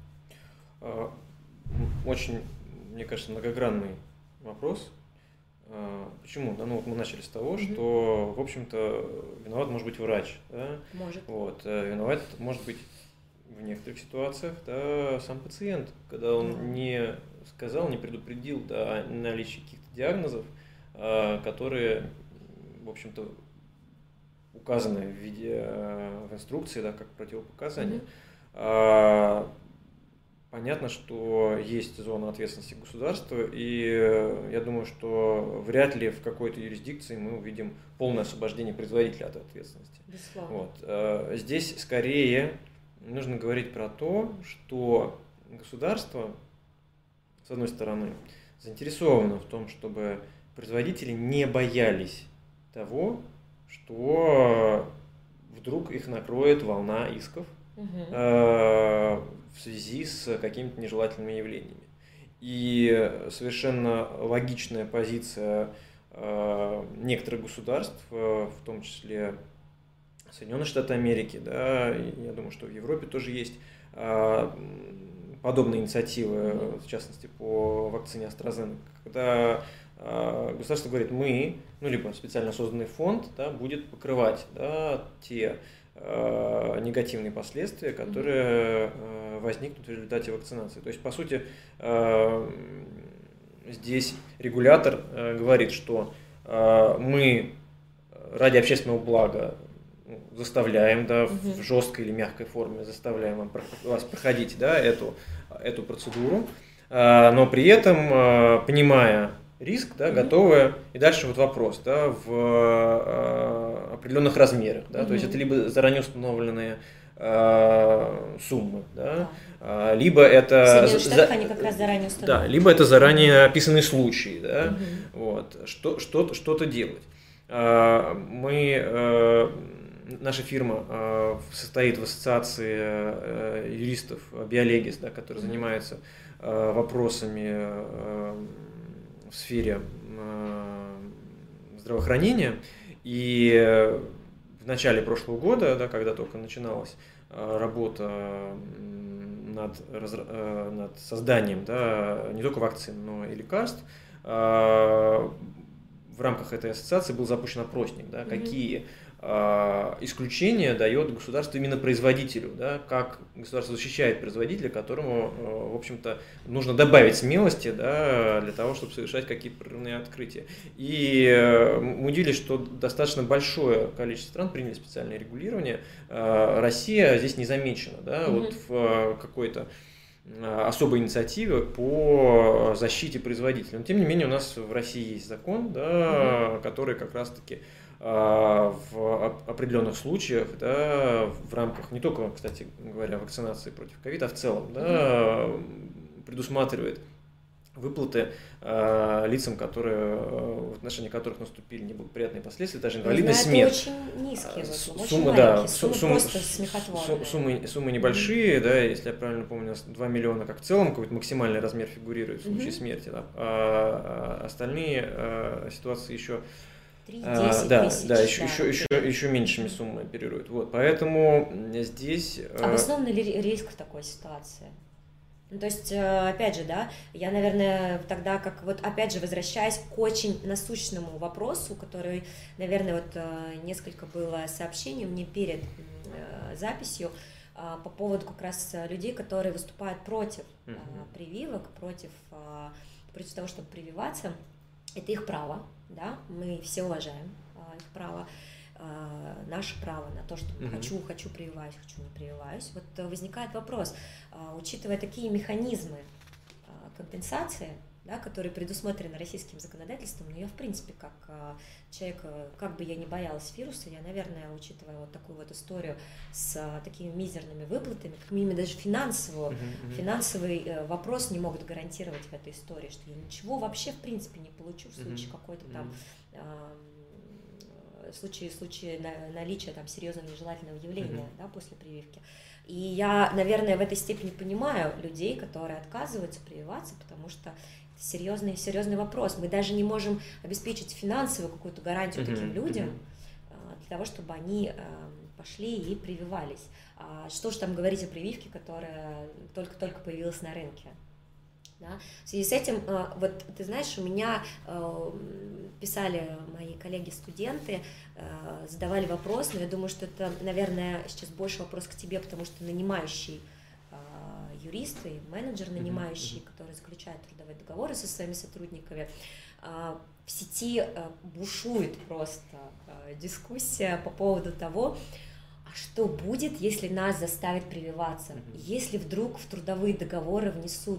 Очень, мне кажется, многогранный вопрос. Почему? Да, ну вот мы начали с того, что, в общем-то, виноват может быть врач. Да? Может. Вот, виноват может быть в некоторых ситуациях, да, сам пациент, когда он не сказал, не предупредил, да, о наличии каких-то диагнозов, которые, в общем-то, указаны в виде в инструкции, да, как противопоказания. Понятно, что есть зона ответственности государства, и я думаю, что вряд ли в какой-то юрисдикции мы увидим полное освобождение производителя от ответственности. Вот. Здесь скорее нужно говорить про то, что государство, с одной стороны, заинтересовано в том, чтобы производители не боялись того, что вдруг их накроет волна исков в связи с какими-то нежелательными явлениями. И совершенно логичная позиция некоторых государств, в том числе Соединенные Штаты Америки, да, я думаю, что в Европе тоже есть подобные инициативы, в частности, по вакцине AstraZeneca, когда государство говорит, мы, ну, либо специально созданный фонд, да, будет покрывать, да, те негативные последствия, которые возникнут в результате вакцинации. То есть, по сути, здесь регулятор говорит, что мы ради общественного блага заставляем, да, в жесткой или мягкой форме заставляем вас проходить, да, эту процедуру, но при этом, понимая риск, да, готовы, и дальше вот вопрос, да, в определенных размерах, да, то есть это либо заранее установленные суммы, да, либо это... В Соединенных Штатах они как раз заранее установлены. Да, либо это заранее описанные случаи, да, вот, что-то делать. Наша фирма состоит в ассоциации юристов Биолегис, да, которые занимаются вопросами в сфере здравоохранения, и в начале прошлого года, да, когда только начиналась работа над созданием, да, не только вакцин, но и лекарств, в рамках этой ассоциации был запущен опросник, да, какие исключение дает государство именно производителю, да, как государство защищает производителя, которому, в общем-то, нужно добавить смелости, да, для того, чтобы совершать какие-то прорывные открытия. И мы удивились, что достаточно большое количество стран приняли специальное регулирование. Россия здесь не замечена, да, вот в какой-то особой инициативе по защите производителя. Но тем не менее у нас в России есть закон, да, который как раз-таки в определенных случаях, да, в рамках не только, кстати говоря, вакцинации против ковида, а в целом, да, предусматривает выплаты лицам, которые, в отношении которых наступили неблагоприятные последствия, даже инвалидность, смерть. Очень низкие, суммы, да, просто смехотворные. Суммы небольшие, да, если я правильно помню, у нас 2 миллиона как в целом, какой-то максимальный размер фигурирует в случае смерти, да, а остальные ситуации еще 3-10 тысяч. Еще меньшими суммами оперируют. Вот, поэтому здесь... Обоснованный ли риск в такой ситуации? Ну, то есть, опять же, да, я, наверное, тогда, как вот, опять же, возвращаясь к очень насущному вопросу, который, наверное, вот несколько было сообщений мне перед записью по поводу как раз людей, которые выступают против прививок, против того, чтобы прививаться. Это их право, да, мы все уважаем их право. Наше право на то, что хочу прививаюсь, хочу не прививаюсь. Вот возникает вопрос, учитывая такие механизмы компенсации, да, которые предусмотрены российским законодательством, но я, в принципе, как человек, как бы я ни боялась вируса, я, наверное, учитывая вот такую вот историю с такими мизерными выплатами, как минимум даже финансовый вопрос не могут гарантировать в этой истории, что я ничего вообще, в принципе, не получу в случае какой-то там... в случае наличия там серьезного нежелательного явления, да, после прививки. И я, наверное, в этой степени понимаю людей, которые отказываются прививаться, потому что это серьезный вопрос. Мы даже не можем обеспечить финансовую какую-то гарантию таким людям для того, чтобы они пошли и прививались. Что же там говорить о прививке, которая только-только появилась на рынке? Да? В связи с этим, вот ты знаешь, у меня писали мои коллеги-студенты, задавали вопрос, но я думаю, что это, наверное, сейчас больше вопрос к тебе, потому что нанимающий юристы, менеджер нанимающий, который заключает трудовые договоры со своими сотрудниками, в сети бушует просто дискуссия по поводу того, что будет, если нас заставят прививаться, если вдруг в трудовые договоры внесут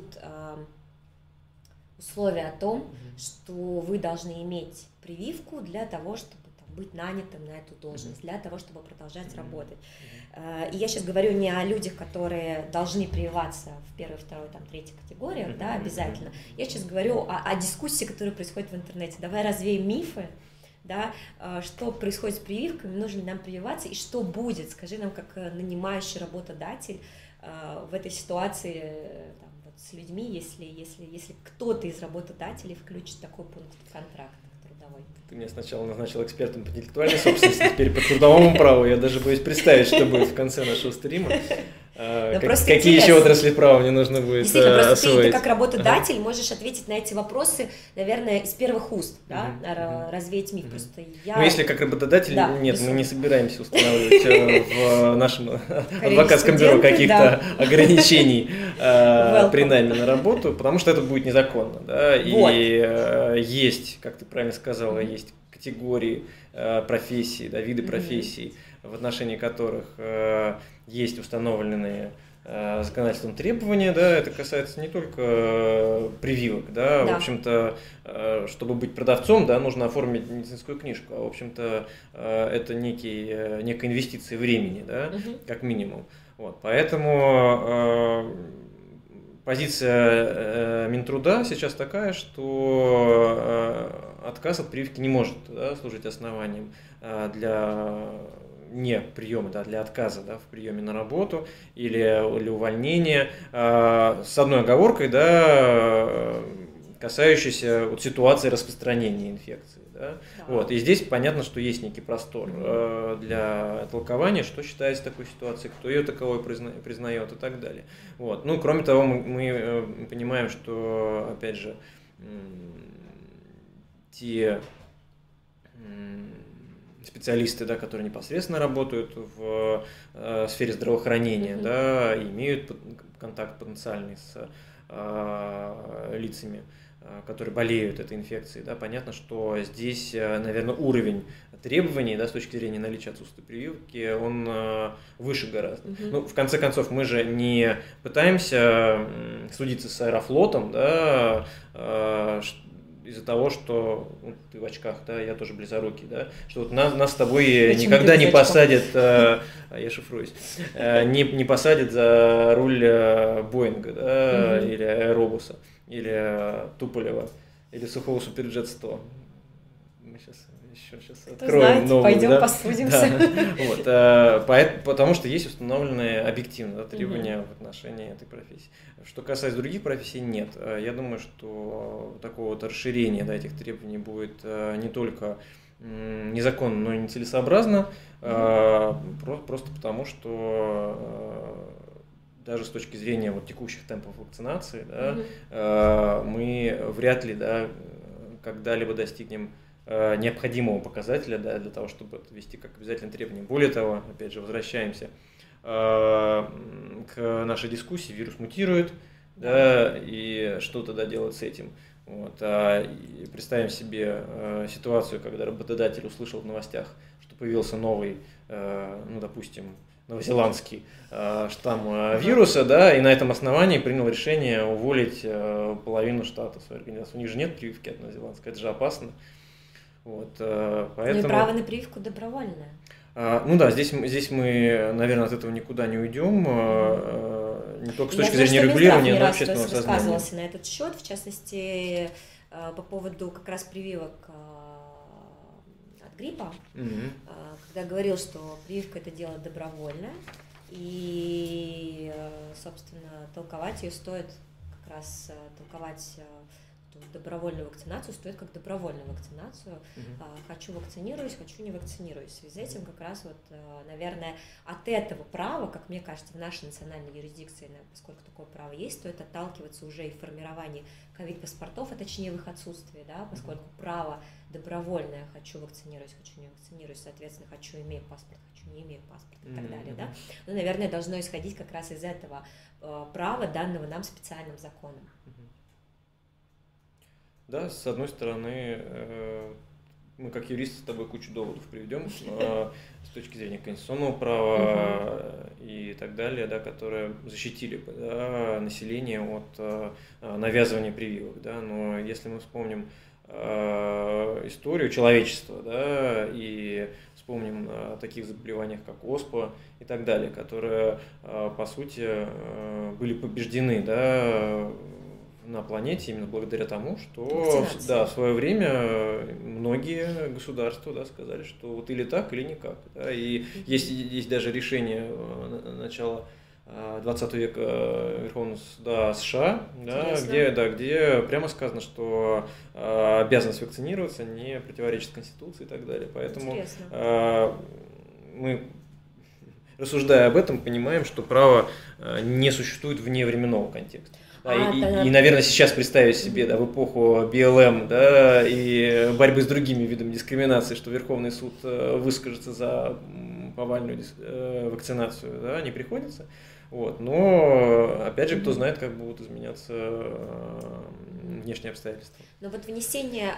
условия о том, что вы должны иметь прививку для того, чтобы быть нанятым на эту должность, для того, чтобы продолжать работать. И я сейчас говорю не о людях, которые должны прививаться в первой, второй, там, третьей категориях, да, обязательно. Я сейчас говорю о дискуссии, которая происходит в интернете. Давай развеем мифы, да, что происходит с прививками, нужно ли нам прививаться, и что будет, скажи нам, как нанимающий работодатель в этой ситуации там, вот, с людьми, если кто-то из работодателей включит такой пункт в контракт трудовой. Ты меня сначала назначил экспертом по интеллектуальной собственности, теперь по трудовому праву. Я даже боюсь представить, что будет в конце нашего стрима. Какие еще отрасли права мне нужно будет действительно, освоить? Просто ты как работодатель можешь ответить на эти вопросы, наверное, из первых уст, да, развеять миф. Просто Ну, если как работодатель, нет, мы не собираемся устанавливать в нашем адвокатском бюро каких-то ограничений при найме на работу, потому что это будет незаконно. Да? И есть, как ты правильно сказала, есть категории профессий, да, виды профессий, в отношении которых есть установленные законодательством требования, да, это касается не только прививок, да, в общем-то, чтобы быть продавцом, да, нужно оформить медицинскую книжку, а в общем-то это некая инвестиция времени, да, как минимум. Вот, поэтому позиция Минтруда сейчас такая, что отказ от прививки не может, да, служить основанием для не приема, да, для отказа, да, в приеме на работу или увольнения, с одной оговоркой, да, касающейся вот ситуации распространения инфекции. Да? Вот. И здесь понятно, что есть некий простор для толкования, что считается такой ситуацией, кто ее таковой признает и так далее. Вот. Ну, кроме того, мы понимаем, что, опять же, те специалисты, да, которые непосредственно работают в сфере здравоохранения, да, имеют контакт потенциальный с лицами, которые болеют этой инфекцией. Да, понятно, что здесь, наверное, уровень требований, да, с точки зрения наличия отсутствия прививки, он выше гораздо. Ну, в конце концов, мы же не пытаемся судиться с Аэрофлотом, да, из-за того, что ты в очках, да, я тоже близорукий, да, что вот нас с тобой Почему никогда не посадят, я шифруюсь, не посадят за руль Боинга, да, или Аэробуса, или Туполева, или сухого Суперджет 100. Мы сейчас откроем новую, пойдем да? посудимся. Да. Вот, потому что есть установленные объективно, да, требования в отношении этой профессии. Что касается других профессий, нет. Я думаю, что такого вот расширения, да, этих требований будет не только незаконно, но и нецелесообразно, просто потому что даже с точки зрения вот текущих темпов вакцинации, да, мы вряд ли, да, когда-либо достигнем необходимого показателя, да, для того, чтобы это ввести как обязательное требование. Более того, опять же, возвращаемся к нашей дискуссии, вирус мутирует, да, и что тогда делать с этим? Вот, и представим себе ситуацию, когда работодатель услышал в новостях, что появился новый, ну, допустим, новозеландский штамм вируса, да, и на этом основании принял решение уволить половину штата своей организации. У них же нет прививки от новозеландской, это же опасно. Вот, поэтому... Ну и право на прививку добровольное. Ну да, здесь мы, наверное, от этого никуда не уйдем, не только с точки зрения регулирования, но и общественного сознания. Я высказывался на этот счет, в частности, по поводу как раз прививок от гриппа, когда говорил, что прививка – это дело добровольное, и, собственно, толковать ее стоит, как раз толковать добровольную вакцинацию стоит как добровольную вакцинацию. Хочу вакцинируюсь, хочу не вакцинируюсь. В связи с этим как раз вот, наверное, от этого права, как мне кажется, в нашей национальной юрисдикции, поскольку такое право есть, стоит отталкиваться уже и в формировании ковид-паспортов, а точнее в их отсутствии, да, поскольку право добровольное, хочу вакцинируюсь, хочу не вакцинируюсь, соответственно, хочу имею паспорт, хочу не имею паспорт и так далее, да. Но, наверное, должно исходить как раз из этого права, данного нам специальным законом. Да, с одной стороны, мы как юристы с тобой кучу доводов приведем с точки зрения конституционного права и так далее, да, которые защитили бы, да, население от навязывания прививок. Да, но если мы вспомним историю человечества, да, и вспомним о таких заболеваниях, как оспа и так далее, которые, по сути, были побеждены, да, на планете именно благодаря тому, что да, в свое время многие государства, да, сказали, что вот или так, или никак. Да, и есть даже решение начала 20 века Верховного суда США, да, где прямо сказано, что обязанность вакцинироваться не противоречит Конституции и так далее. Поэтому мы, рассуждая об этом, понимаем, что право не существует вне временного контекста. Да, и, наверное, сейчас представить себе, да, в эпоху БЛМ, да, и борьбы с другими видами дискриминации, что Верховный суд выскажется за повальную вакцинацию, да, не приходится. Вот. Но, опять же, кто знает, как будут изменяться внешние обстоятельства. Но вот внесение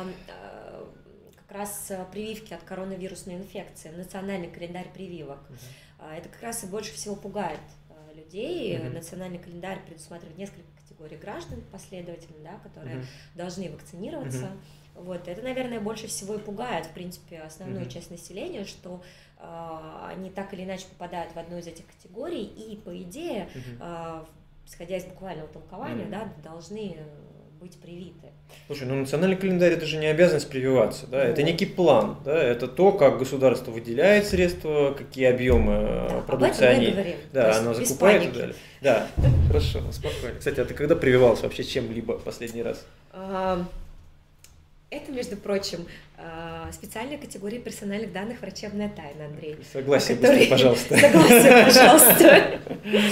как раз прививки от коронавирусной инфекции в национальный календарь прививок, это как раз и больше всего пугает людей. Национальный календарь предусматривает несколько категорий граждан последовательно, да, которые должны вакцинироваться. Вот. Это, наверное, больше всего и пугает, в принципе, основную часть населения, что они так или иначе попадают в одну из этих категорий и, по идее, исходя из буквального толкования, да, должны быть привиты. Слушай, ну национальный календарь – это же не обязанность прививаться, да? Это некий план, да? Это то, как государство выделяет средства, какие объемы продукции они, да, оно закупает и так далее. Да, хорошо, спокойно. Кстати, а ты когда прививалась вообще чем-либо последний раз? Это, между прочим, специальная категория персональных данных врачебная тайна, Андрей. Согласие, пожалуйста. Согласие, пожалуйста.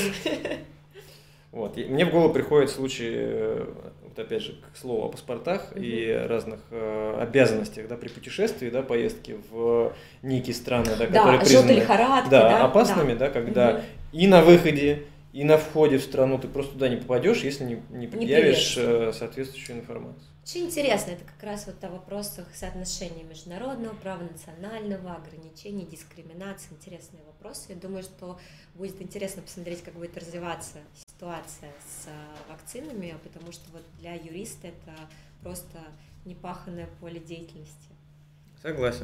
Вот. И мне в голову приходят случаи, вот опять же, к слову о паспортах и разных обязанностях, да, при путешествии, да, поездки в некие страны, да, которые признаны опасными, да, когда и на выходе, и на входе в страну ты просто туда не попадешь, если не предъявишь соответствующую информацию. Очень интересно, это как раз вот о вопросах соотношения международного права, национального, ограничений, дискриминации, интересные вопросы. Я думаю, что будет интересно посмотреть, как будет развиваться ситуация с вакцинами, потому что вот для юриста это просто непаханное поле деятельности. Согласен.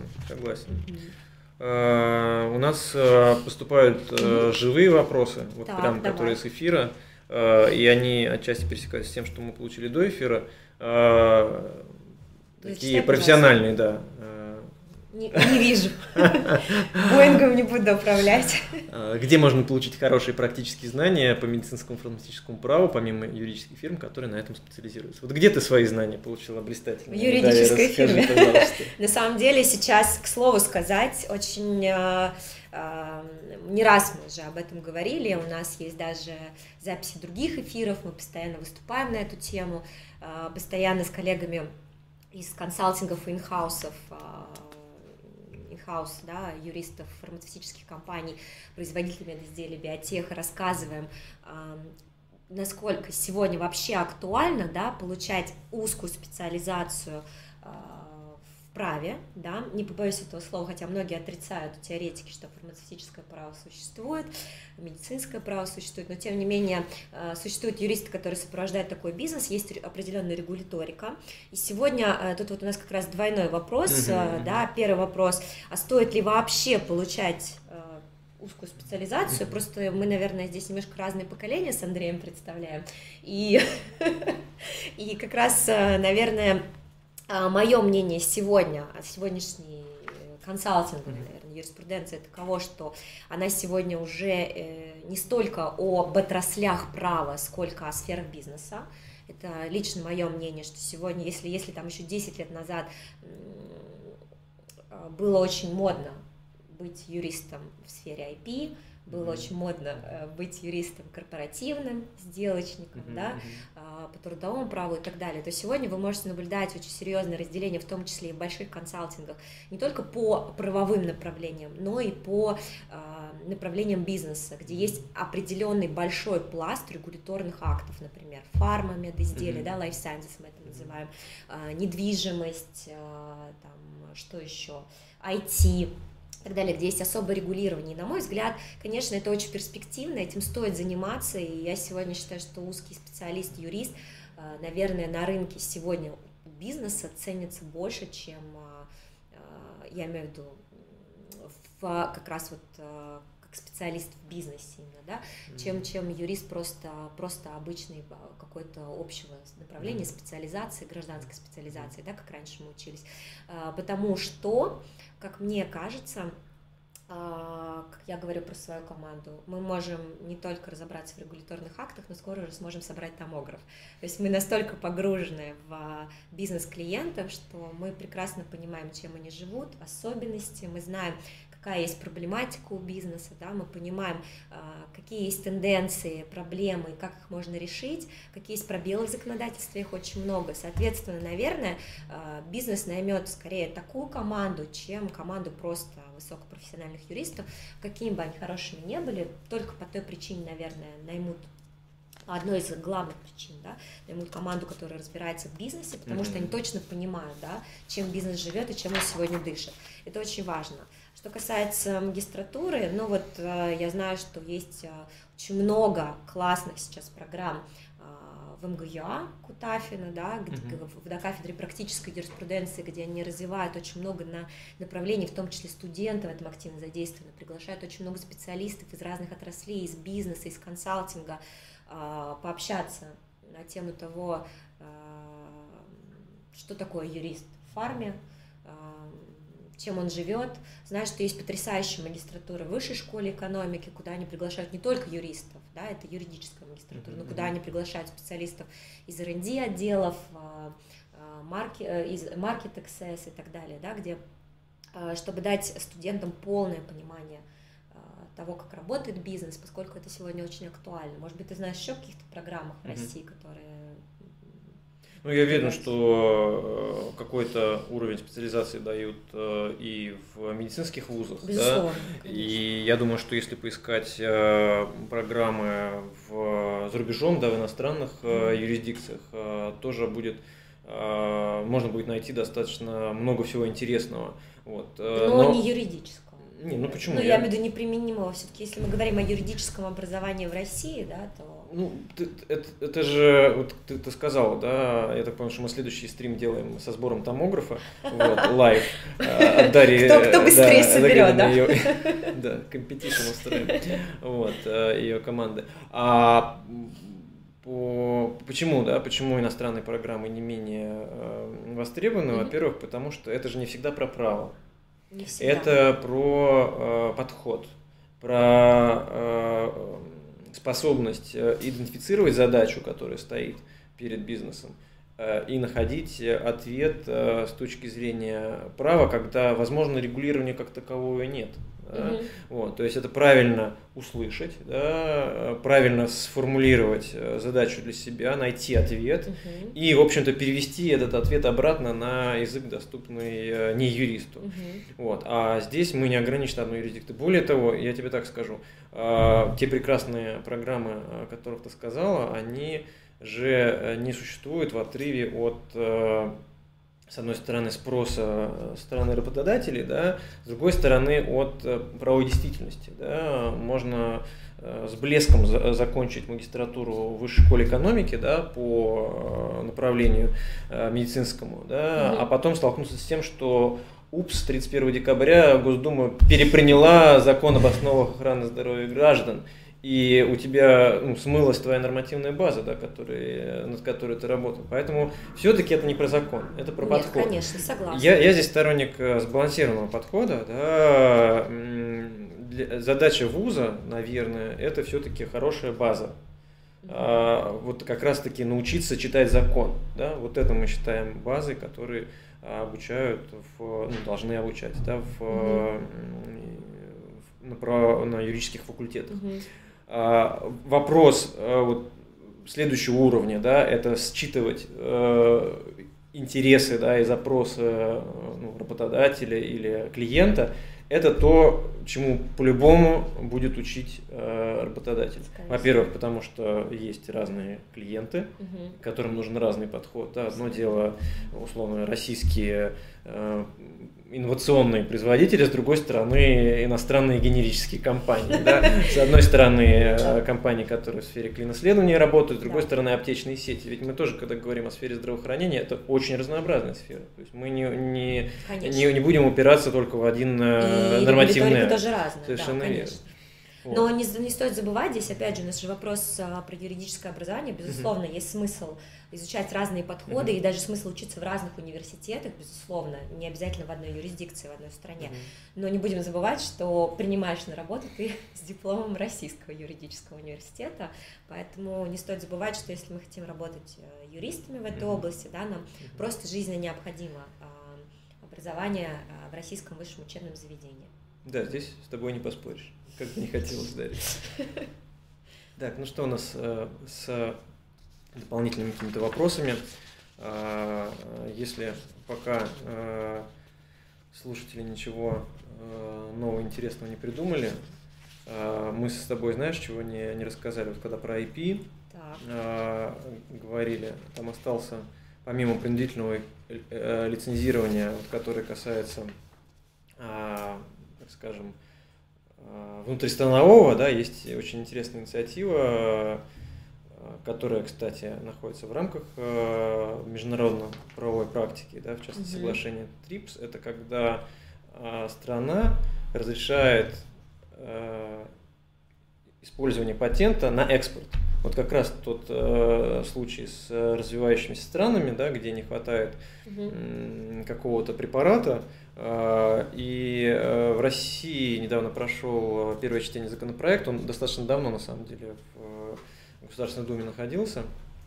У нас поступают живые вопросы, вот так, прям, которые с эфира, и они отчасти пересекаются с тем, что мы получили до эфира. Такие профессиональные, да, Не вижу. Боингом не буду управлять. Где можно получить хорошие практические знания по медицинскому фармацевтическому праву, помимо юридических фирм, которые на этом специализируются? Вот где ты свои знания получила блистательно? В юридической фирме. Пожалуйста. На самом деле сейчас, к слову сказать, очень не раз мы уже об этом говорили, у нас есть даже записи других эфиров, мы постоянно выступаем на эту тему, постоянно с коллегами из консалтингов и инхаусов, да, юристов фармацевтических компаний, производителей медизделий, биотеха, рассказываем, насколько сегодня вообще актуально, да, получать узкую специализацию в праве, да, не побоюсь этого слова, хотя многие отрицают теоретики, что фармацевтическое право существует, медицинское право существует, но тем не менее существуют юристы, которые сопровождают такой бизнес, есть определенная регуляторика. И сегодня тут вот у нас как раз двойной вопрос, да, первый вопрос, а стоит ли вообще получать узкую специализацию, просто мы, наверное, здесь немножко разные поколения с Андреем представляем, и как раз, наверное, мое мнение сегодня, сегодняшний консалтинговой, наверное, юриспруденции таково, что она сегодня уже не столько об отраслях права, сколько о сферах бизнеса. Это лично мое мнение, что сегодня, если там еще 10 лет назад было очень модно быть юристом в сфере IP, было очень модно быть юристом корпоративным, сделочником, да, по трудовому праву и так далее, то сегодня вы можете наблюдать очень серьезное разделение, в том числе и в больших консалтингах, не только по правовым направлениям, но и по направлениям бизнеса, где есть определенный большой пласт регуляторных актов, например, фарма, медизделия, да, life sciences мы это называем, недвижимость, там, что еще, IT, и так далее, где есть особое регулирование. И, на мой взгляд, конечно, это очень перспективно, этим стоит заниматься, и я сегодня считаю, что узкий специалист, юрист, наверное, на рынке сегодня бизнеса ценится больше, чем, я имею в виду, как раз вот как специалист в бизнесе именно, да, чем юрист просто обычный какой-то общего направления, специализации, гражданской специализации, да, как раньше мы учились, потому что, как мне кажется, как я говорю про свою команду, мы можем не только разобраться в регуляторных актах, но скоро уже сможем собрать томограф. То есть мы настолько погружены в бизнес клиентов, что мы прекрасно понимаем, чем они живут, особенности, мы знаем, какая есть проблематика у бизнеса, да, мы понимаем, какие есть тенденции, проблемы, как их можно решить, какие есть пробелы в законодательстве, их очень много. Соответственно, наверное, бизнес наймет скорее такую команду, чем команду просто высокопрофессиональных юристов, какими бы они хорошими не были, только по той причине, наверное, наймут. Одной из главных причин, да, наймут команду, которая разбирается в бизнесе, потому что они точно понимают, да, чем бизнес живет и чем он сегодня дышит. Это очень важно. Что касается магистратуры, ну вот я знаю, что есть очень много классных сейчас программ в МГУА Кутафина, да, на кафедре практической юриспруденции, где они развивают очень много направлений, в том числе студенты в этом активно задействованы, приглашают очень много специалистов из разных отраслей, из бизнеса, из консалтинга, пообщаться на тему того, что такое юрист в фарме, чем он живет. Знаю, что есть потрясающая магистратура в высшей школе экономики, куда они приглашают не только юристов, да, это юридическая магистратура, но куда они приглашают специалистов из R&D отделов, из Market Access и так далее, да, где, чтобы дать студентам полное понимание того, как работает бизнес, поскольку это сегодня очень актуально. Может быть, ты знаешь еще о каких-то программах в России, которые... Ну, я уверен, что какой-то уровень специализации дают и в медицинских вузах. Безусловно, да? И я думаю, что если поискать программы за рубежом, да, в иностранных юрисдикциях, тоже будет, можно будет найти достаточно много всего интересного. Вот. Но не юридического. Не, ну почему? Ну, я имею в виду неприменимого. Все-таки, если мы говорим о юридическом образовании в России, да, то... Ну, это же, вот ты сказал, да, я так понял, что мы следующий стрим делаем со сбором томографа, вот, лайв, от Дарьи. Кто быстрее соберет, да? Да, компетишн устроим, вот, ее команды. А почему, да, почему иностранные программы не менее востребованы? Во-первых, потому что это же не всегда про право. Не всегда. Это про подход, про способность идентифицировать задачу, которая стоит перед бизнесом, и находить ответ с точки зрения права, когда, возможно, регулирования как такового нет. Да? Вот, то есть это правильно услышать, да, правильно сформулировать задачу для себя, найти ответ и, в общем-то, перевести этот ответ обратно на язык, доступный не юристу. Вот. А здесь мы не ограничены одной юрисдикцией. Более того, я тебе так скажу, те прекрасные программы, о которых ты сказала, они же не существуют в отрыве от, с одной стороны, спроса стороны работодателей, да, с другой стороны, от правовой действительности. Да. Можно с блеском закончить магистратуру в Высшей школе экономики, да, по направлению медицинскому, да, а потом столкнуться с тем, что 31 декабря Госдума переприняла закон об основах охраны здоровья граждан, и у тебя смылась твоя нормативная база, да, над которой ты работал. Поэтому все-таки это не про закон, это про подход. Нет, конечно, согласна. Я здесь сторонник сбалансированного подхода. Да. Задача вуза, наверное, это все-таки хорошая база. Вот как раз-таки научиться читать закон. Да. Вот это мы считаем базой, которые обучают, должны обучать, да, на юридических факультетах. Вопрос вот, следующего уровня, да, это считывать интересы, да, и запросы работодателя или клиента. Это то, чему по-любому будет учить работодатель. Во-первых, потому что есть разные клиенты, которым нужен разный подход. Да. Одно дело, условно, российские инновационные производители, с другой стороны, иностранные генерические компании. Да. С одной стороны, компании, которые в сфере клин-исследования работают, с другой стороны, аптечные сети. Ведь мы тоже, когда говорим о сфере здравоохранения, это очень разнообразная сфера. То есть мы не будем упираться только в один нормативный акт. Тоже разные, совершенно да, верно. Вот. Но не стоит забывать, здесь опять же у нас же вопрос про юридическое образование, безусловно, есть смысл изучать разные подходы и даже смысл учиться в разных университетах, безусловно, не обязательно в одной юрисдикции, в одной стране, но не будем забывать, что принимаешь на работу ты с дипломом Российского юридического университета, поэтому не стоит забывать, что если мы хотим работать юристами в этой области, да, нам просто жизненно необходимо образование в российском высшем учебном заведении. Да, здесь с тобой не поспоришь, как бы не хотелось, Дарья. Так, ну что у нас с дополнительными какими-то вопросами? Если пока слушатели ничего нового интересного не придумали, мы с тобой, знаешь, чего не рассказали? Вот когда про IP говорили, там остался, помимо принудительного лицензирования, который касается, так скажем, внутристранового, да, есть очень интересная инициатива, которая, кстати, находится в рамках международно-правовой практики, да, в частности, соглашения TRIPS. Это когда страна разрешает использование патента на экспорт. Вот как раз тот случай с развивающимися странами, да, где не хватает какого-то препарата, и в России недавно прошел первое чтение законопроекта, он достаточно давно, на самом деле, в Государственной Думе находился,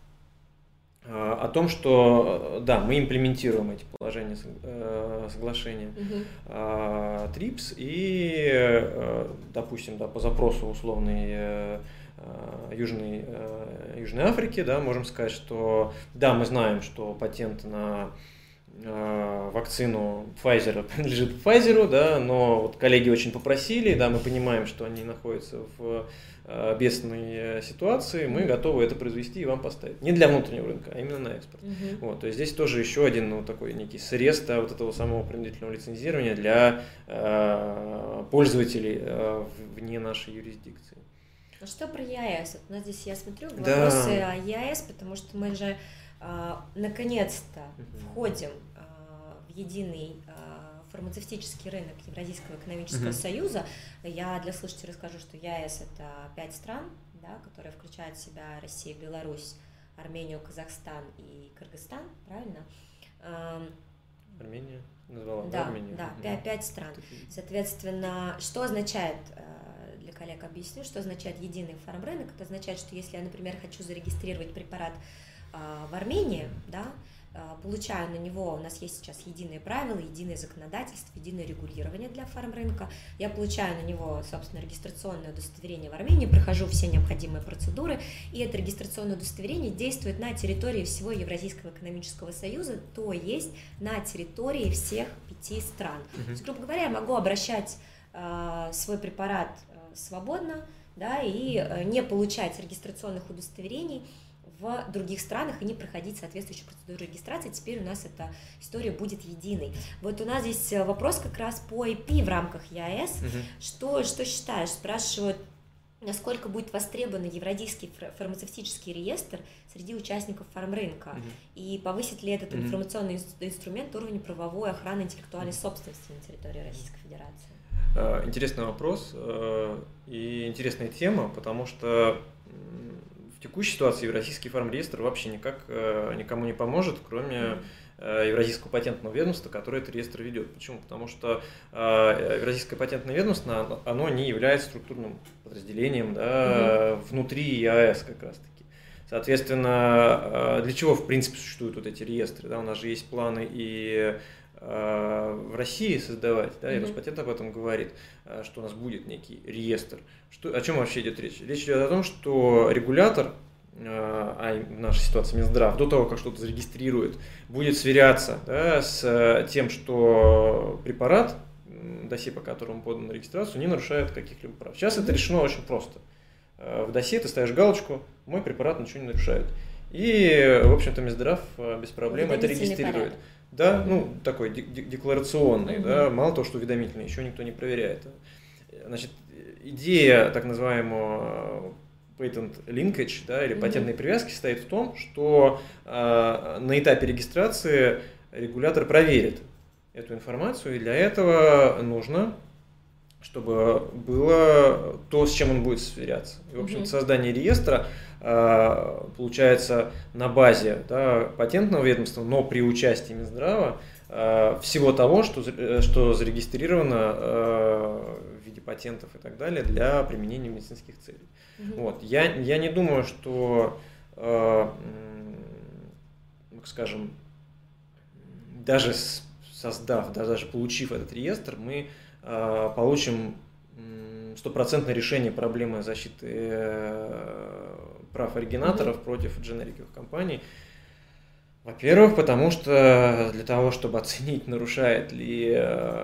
о том, что, да, мы имплементируем эти положения соглашения TRIPS и, допустим, да, по запросу условной Южной Африки, да, можем сказать, что, да, мы знаем, что патент на вакцину Pfizer принадлежит Pfizer, да, но вот коллеги очень попросили, да, мы понимаем, что они находятся в бедственной ситуации, мы готовы это произвести и вам поставить. Не для внутреннего рынка, а именно на экспорт. Вот, то есть здесь тоже еще один такой некий срез, да, вот этого самого принудительного лицензирования для пользователей вне нашей юрисдикции. А что про ЕАЭС? Вот у нас здесь, я смотрю, вопросы о ЕАЭС, потому что мы же наконец-то входим в единый фармацевтический рынок Евразийского экономического союза. Я для слушателей расскажу, что ЕАЭС – это 5 стран, да, которые включают в себя Россию, Беларусь, Армению, Казахстан и Кыргызстан, правильно? Армения. назвала, Да, Армению? да, 5 стран. Соответственно, что означает, для коллег объясню, что означает единый фармрынок? Это означает, что если я, например, хочу зарегистрировать препарат в Армении, да, получаю на него, у нас есть сейчас единые правила, единое законодательство, единое регулирование для фармрынка. Я получаю на него, собственно, регистрационное удостоверение в Армении, прохожу все необходимые процедуры, и это регистрационное удостоверение действует на территории всего Евразийского экономического союза, то есть на территории всех 5 стран. То есть, грубо говоря, я могу обращать свой препарат свободно, да, и не получать регистрационных удостоверений в других странах и не проходить соответствующую процедуру регистрации. Теперь у нас эта история будет единой. Вот у нас здесь вопрос как раз по IP в рамках ЕАЭС. Что считаешь? Спрашивают, насколько будет востребован Евразийский фармацевтический реестр среди участников фармрынка, и повысит ли этот информационный инструмент уровень правовой охраны интеллектуальной собственности на территории Российской Федерации? Интересный вопрос и интересная тема, потому что в текущей ситуации Евразийский фармреестр вообще никак никому не поможет, кроме Евразийского патентного ведомства, которое этот реестр ведет. Почему? Потому что Евразийское патентное ведомство, оно не является структурным подразделением, да, внутри ЕАЭС как раз-таки. Соответственно, для чего в принципе существуют вот эти реестры? Да? У нас же есть планы и в России создавать, да, и Роспатент об этом говорит, что у нас будет некий реестр. О чем вообще идет речь? Речь идет о том, что регулятор, а в нашей ситуации Минздрав, до того, как что-то зарегистрирует, будет сверяться, да, с тем, что препарат, досье, по которому подано на регистрацию, не нарушает каких-либо прав. Сейчас это решено очень просто. В досье ты ставишь галочку, мой препарат ничего не нарушает. И, в общем-то, Минздрав без проблем это регистрирует. Порядок. Да, ну, такой декларационный, да, мало того, что уведомительный, еще никто не проверяет. Значит, идея так называемого patent linkage, да, или патентной привязки состоит в том, что на этапе регистрации регулятор проверит эту информацию, и для этого нужно, чтобы было то, с чем он будет сверяться. И, в общем, создание реестра получается на базе, да, патентного ведомства, но при участии Минздрава всего того, что зарегистрировано в виде патентов и так далее для применения медицинских целей. Вот. Я не думаю, что, скажем, даже создав, даже получив этот реестр, мы получим стопроцентное решение проблемы защиты прав оригинаторов против дженериковых компаний. Во-первых, потому что для того, чтобы оценить, нарушает ли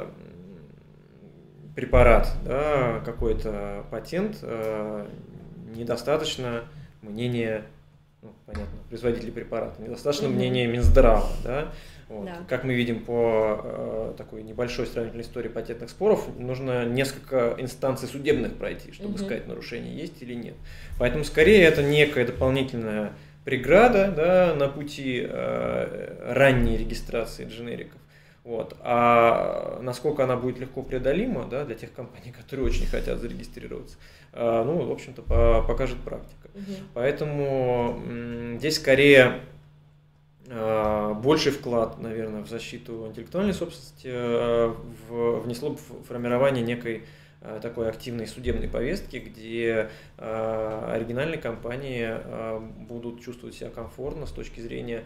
препарат, да, какой-то патент, недостаточно мнения, понятно, производителей препарата, недостаточно мнения Минздрава, да. Вот. Да. Как мы видим по такой небольшой сравнительной истории патентных споров, нужно несколько инстанций судебных пройти, чтобы сказать, нарушение есть или нет. Поэтому скорее это некая дополнительная преграда, да, на пути ранней регистрации дженериков. Вот. А насколько она будет легко преодолима, да, для тех компаний, которые очень хотят зарегистрироваться, ну, в общем-то, покажет практика. Поэтому здесь скорее больший вклад, наверное, в защиту интеллектуальной собственности внесло бы в формирование некой такой активной судебной повестки, где оригинальные компании будут чувствовать себя комфортно с точки зрения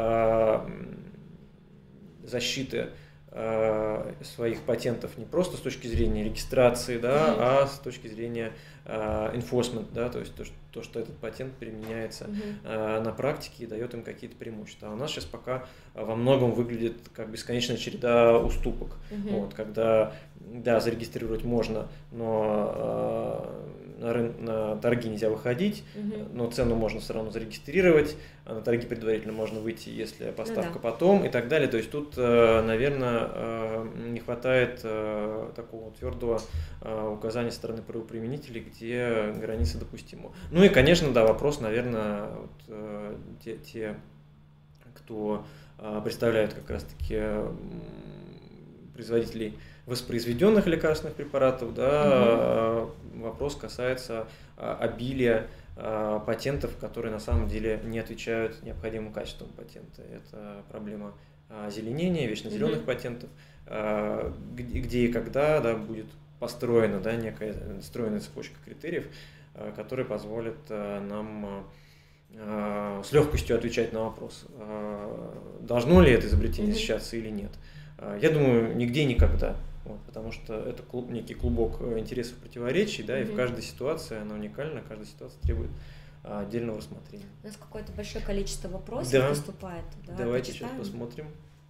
защиты своих патентов не просто с точки зрения регистрации, да, а с точки зрения enforcement, да, то есть то, что этот патент применяется на практике и дает им какие-то преимущества. А у нас сейчас пока во многом выглядит как бесконечная череда уступок, вот, когда, да, зарегистрировать можно, но на торги нельзя выходить, но цену можно все равно зарегистрировать, а на торги предварительно можно выйти, если поставка потом и так далее. То есть тут, наверное, не хватает такого твердого указания со стороны правоприменителей, где границы допустимы. Ну и, конечно, да, вопрос, наверное, вот, те, кто представляют как раз-таки производителей воспроизведенных лекарственных препаратов, да, вопрос касается обилия патентов, которые на самом деле не отвечают необходимым качествам патента. Это проблема озеленения, вечно зеленых патентов, где и когда, да, будет построена, да, некая стройная цепочка критериев, которые позволят нам с легкостью отвечать на вопрос, должно ли это изобретение защищаться или нет. Я думаю, нигде и никогда, вот, потому что это некий клубок интересов, противоречий, да, и в каждой ситуации она уникальна, каждая ситуация требует отдельного рассмотрения. У нас какое-то большое количество вопросов поступает. Да, давайте сейчас посмотрим.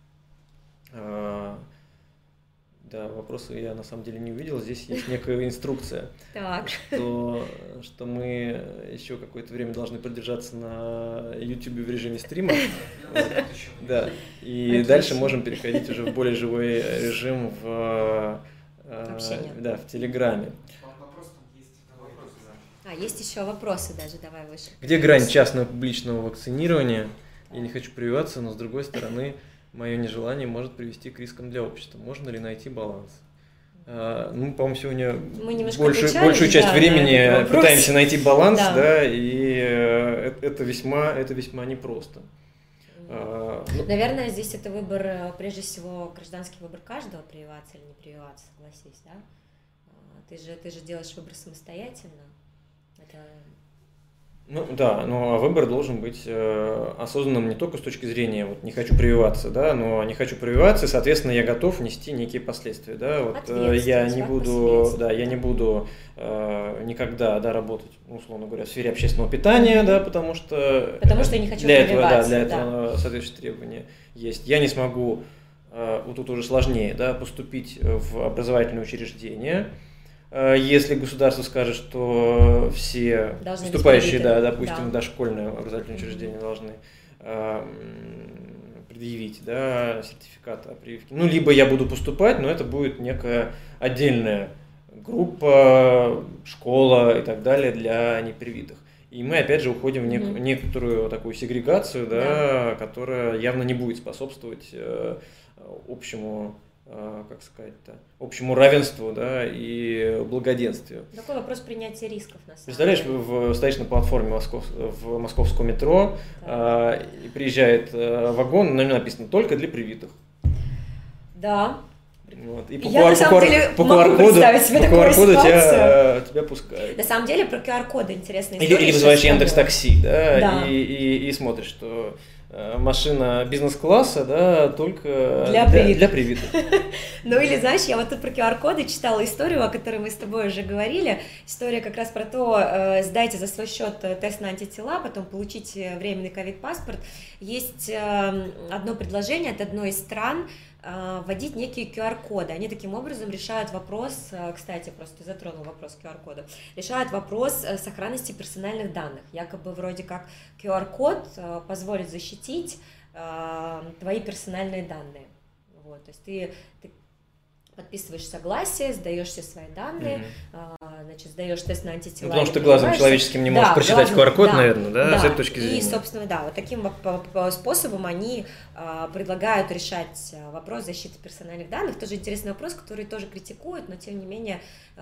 Да, вопросы я на самом деле не увидел. Здесь есть некая инструкция, что мы еще какое-то время должны продержаться на YouTube в режиме стрима. Да, и дальше можем переходить уже в более живой режим в Телеграме. Есть еще вопросы даже, давай выше. Где грань частного и публичного вакцинирования? Я не хочу прививаться, но с другой стороны, мое нежелание может привести к рискам для общества. Можно ли найти баланс? Ну, по-моему, сегодня большую часть времени пытаемся найти баланс, да, и это весьма непросто. Наверное, здесь это выбор, прежде всего, гражданский выбор каждого, прививаться или не прививаться, согласись, да? Ты же делаешь выбор самостоятельно. Ну да, но выбор должен быть осознанным не только с точки зрения вот не хочу прививаться, да, но не хочу прививаться, и, соответственно, я готов нести некие последствия, да. Вот я не буду никогда, да, работать, условно говоря, в сфере общественного питания, да, потому что я не хочу прививаться. Для этого соответствующие требования есть. Я не смогу, вот тут уже сложнее, да, поступить в образовательное учреждение. Если государство скажет, что все поступающие, допустим, дошкольное образовательное учреждение должны предъявить, да, сертификат о прививке. Ну, либо я буду поступать, но это будет некая отдельная группа, школа и так далее для непривитых. И мы, опять же, уходим в некоторую такую сегрегацию, да, которая явно не будет способствовать общему, как сказать-то, общему равенству, да, и благоденствию. Такой вопрос принятия рисков, на самом Представляешь, стоишь на платформе в московском метро, и приезжает вагон, на нем написано «только для привитых». Да. Вот. И я на самом деле могу представить себе такую ситуацию. Тебя пускают. На самом деле про QR-коды интересная история. Или вызываешь Яндекс.Такси, да, и смотришь, что машина бизнес-класса, да, только для привитых. Ну или, знаешь, я вот тут про QR-коды читала историю, о которой мы с тобой уже говорили. История как раз про то, сдайте за свой счет тест на антитела, потом получите временный ковид-паспорт. Есть одно предложение от одной из стран вводить некие QR-коды. Они таким образом решают вопрос, кстати, просто затронул вопрос QR-кода, решают вопрос сохранности персональных данных. Якобы вроде как QR-код позволит защитить твои персональные данные. Вот, то есть ты подписываешь согласие, сдаешь все свои данные, значит, сдаешь тест на антитела. Потому что глазом человеческим не можешь прочитать QR-код, наверное, да, с этой точки зрения. И, собственно, да, вот таким способом они предлагают решать вопрос защиты персональных данных. Тоже интересный вопрос, который тоже критикуют, но тем не менее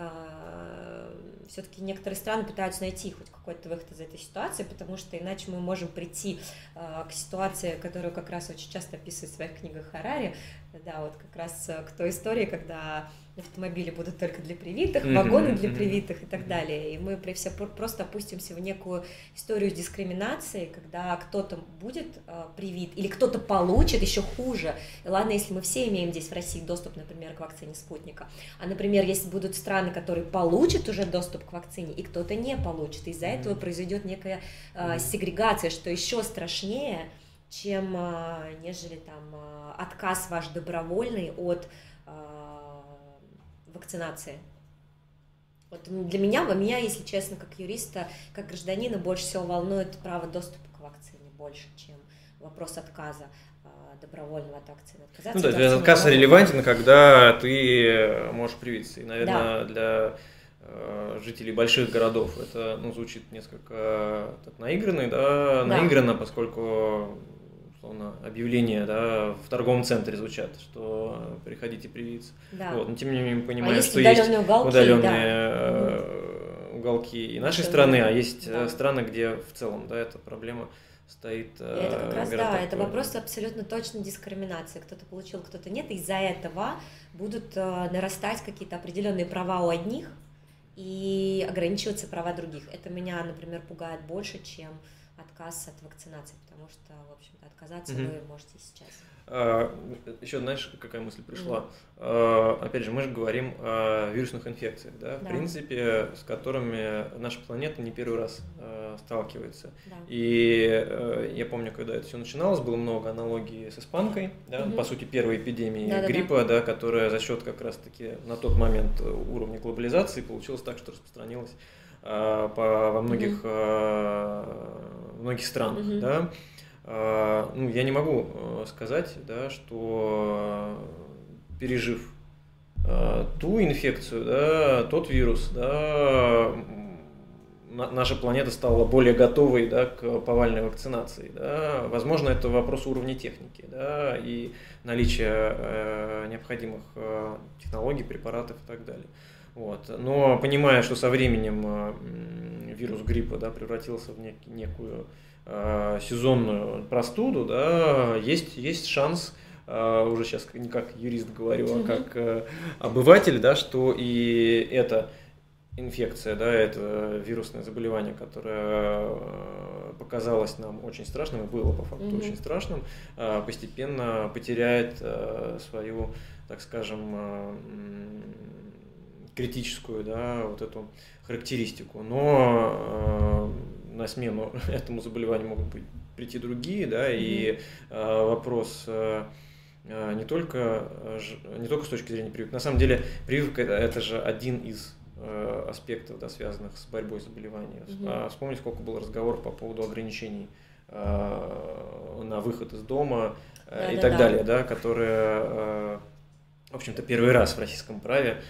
все-таки некоторые страны пытаются найти хоть какой-то выход из этой ситуации, потому что иначе мы можем прийти к ситуации, которую как раз очень часто описывает в своих книгах Харари, да, вот как раз к той истории, когда автомобили будут только для привитых, вагоны для привитых и так далее. И мы просто опустимся в некую историю дискриминации, когда кто-то будет привит или кто-то получит, еще хуже. И ладно, если мы все имеем здесь в России доступ, например, к вакцине Спутника, а, например, если будут страны, которые получат уже доступ к вакцине, и кто-то не получит, из-за этого произойдет некая сегрегация, что еще страшнее, чем нежели там отказ ваш добровольный от вакцинации. Вот для меня, если честно, как юриста, как гражданина, больше всего волнует право доступа к вакцине больше, чем вопрос отказа добровольного от вакцины. Ну да, отказ релевантен, когда ты можешь привиться. И, наверное, для жителей больших городов это звучит несколько так наигранно, поскольку условно, объявления, да, в торговом центре звучат, что приходите привиться. Да. Вот. Но тем не менее мы понимаем, что есть удаленные уголки и нашей страны, а есть страны, где в целом, да, эта проблема стоит это как раз, гораздо да, это актуальнее. вопрос абсолютно точно дискриминации. Кто-то получил, кто-то нет, и из-за этого будут нарастать какие-то определенные права у одних и ограничиваться права других. Это меня, например, пугает больше, чем отказ от вакцинации, потому что, в общем-то, отказаться вы можете сейчас. Еще, знаешь, какая мысль пришла? Опять же, мы же говорим о вирусных инфекциях, да, в принципе, с которыми наша планета не первый раз сталкивается. Да. И я помню, когда это все начиналось, было много аналогий с испанкой, да, по сути, первой эпидемии гриппа, да, которая за счет как раз-таки на тот момент уровня глобализации получилось так, что распространилась во многих странах, да. Ну, я не могу сказать, да, что пережив ту инфекцию, да, тот вирус, да, наша планета стала более готовой, да, к повальной вакцинации. Да. Возможно, это вопрос уровня техники, да, и наличия необходимых технологий, препаратов и так далее. Вот. Но понимая, что со временем вирус гриппа, да, превратился в некую сезонную простуду, да, есть шанс, уже сейчас не как юрист говорю, а как обыватель, да, что и эта инфекция, да, это вирусное заболевание, которое показалось нам очень страшным и было по факту очень страшным, постепенно потеряет свою, так скажем, критическую, да, вот эту характеристику. Но на смену этому заболеванию могут прийти другие, да, и вопрос не только с точки зрения прививки. На самом деле прививка это же один из аспектов, да, связанных с борьбой с заболеванием. Вспомни, сколько было разговоров по поводу ограничений на выход из дома и так далее, да, которые, в общем-то, первый раз в российском праве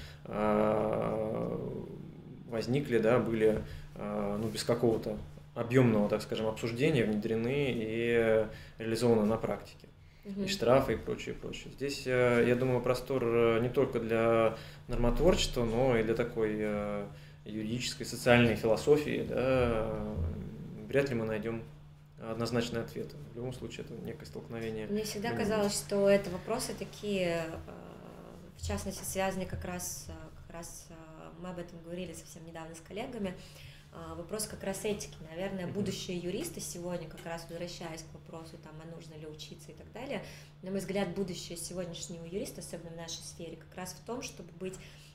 возникли, да, были без какого-то объемного, так скажем, обсуждения, внедрены и реализованы на практике. И штрафы, и прочее, прочее. Здесь, я думаю, простор не только для нормотворчества, но и для такой юридической, социальной философии. Да, вряд ли мы найдем однозначный ответ. В любом случае, это некое столкновение. Мне всегда казалось, что это вопросы такие, в частности, связаны как раз мы об этом говорили совсем недавно с коллегами, вопрос как раз этики. Наверное, будущие юристы сегодня, как раз возвращаясь к вопросу, там, а нужно ли учиться и так далее, на мой взгляд, будущее сегодняшнего юриста, особенно в нашей сфере, как раз в том, чтобы быть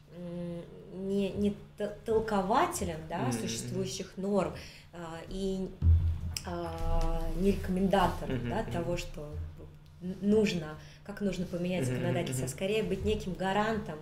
не толкователем, да, существующих норм и не рекомендатором, да, того, что нужно, как нужно поменять законодательство, а скорее быть неким гарантом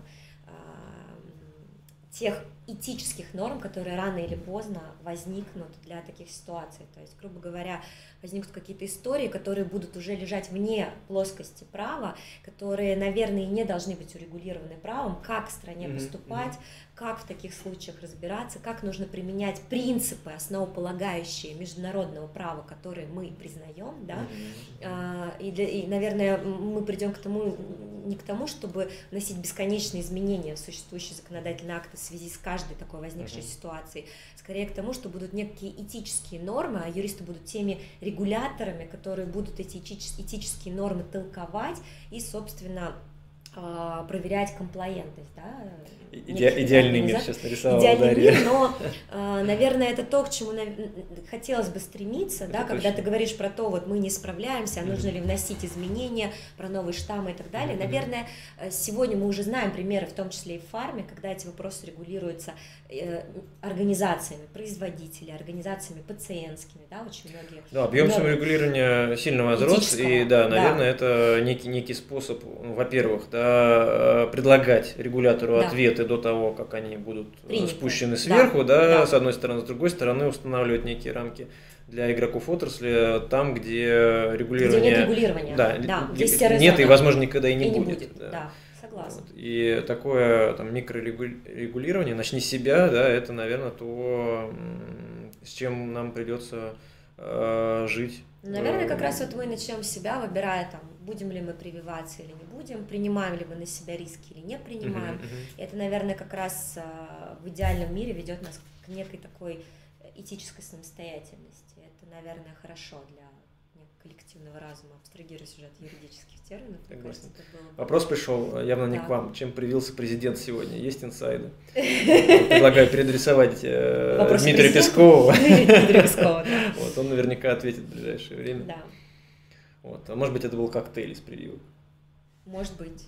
тех этических норм, которые рано или поздно возникнут для таких ситуаций. То есть, грубо говоря, возникнут какие-то истории, которые будут уже лежать вне плоскости права, которые, наверное, и не должны быть урегулированы правом, как в стране поступать, как в таких случаях разбираться, как нужно применять принципы, основополагающие международного права, которые мы признаем, да, и, наверное, мы придем к тому, не к тому, чтобы вносить бесконечные изменения в существующие законодательные акты в связи с каждой такой возникшей ситуацией, скорее к тому, что будут некие этические нормы, а юристы будут теми регуляторами, которые будут эти этические нормы толковать и, собственно, проверять комплаентность, да. Идеальный мир сейчас нарисовал. Идеальный мир, но, наверное, это то, к чему хотелось бы стремиться, да, когда ты говоришь про то, вот мы не справляемся, а нужно ли вносить изменения, про новые штаммы и так далее. Наверное, сегодня мы уже знаем примеры, в том числе и в фарме, когда эти вопросы регулируются организациями производителей, организациями пациентскими, да, очень многие. Да, объем саморегулирования сильно возрос, и да, наверное, это некий способ, во-первых, да, предлагать регулятору ответы до того, как они будут спущены сверху, да, с одной стороны, с другой стороны, устанавливать некие рамки для игроков отрасли там, где регулирование... Где нет регулирования, да, нет и, возможно, никогда и не будет. Да. Согласна. Вот. И такое там микрорегулирование, начни с себя, да, это, наверное, то, с чем нам придется жить. Наверное, как раз вот мы начнем с себя, выбирая, там, будем ли мы прививаться или не будем, принимаем ли мы на себя риски или не принимаем. Это, наверное, как раз в идеальном мире ведет нас к некой такой этической самостоятельности. Это, наверное, хорошо для коллективного разума, абстрагируясь уже от юридических терминов. Вопрос пришел явно не да. к вам. Чем привился президент сегодня? Есть инсайды? Предлагаю переадресовать Дмитрию Пескову. Вот, он наверняка ответит в ближайшее время. Да. Вот. А может быть, это был коктейль из прививок? Может быть.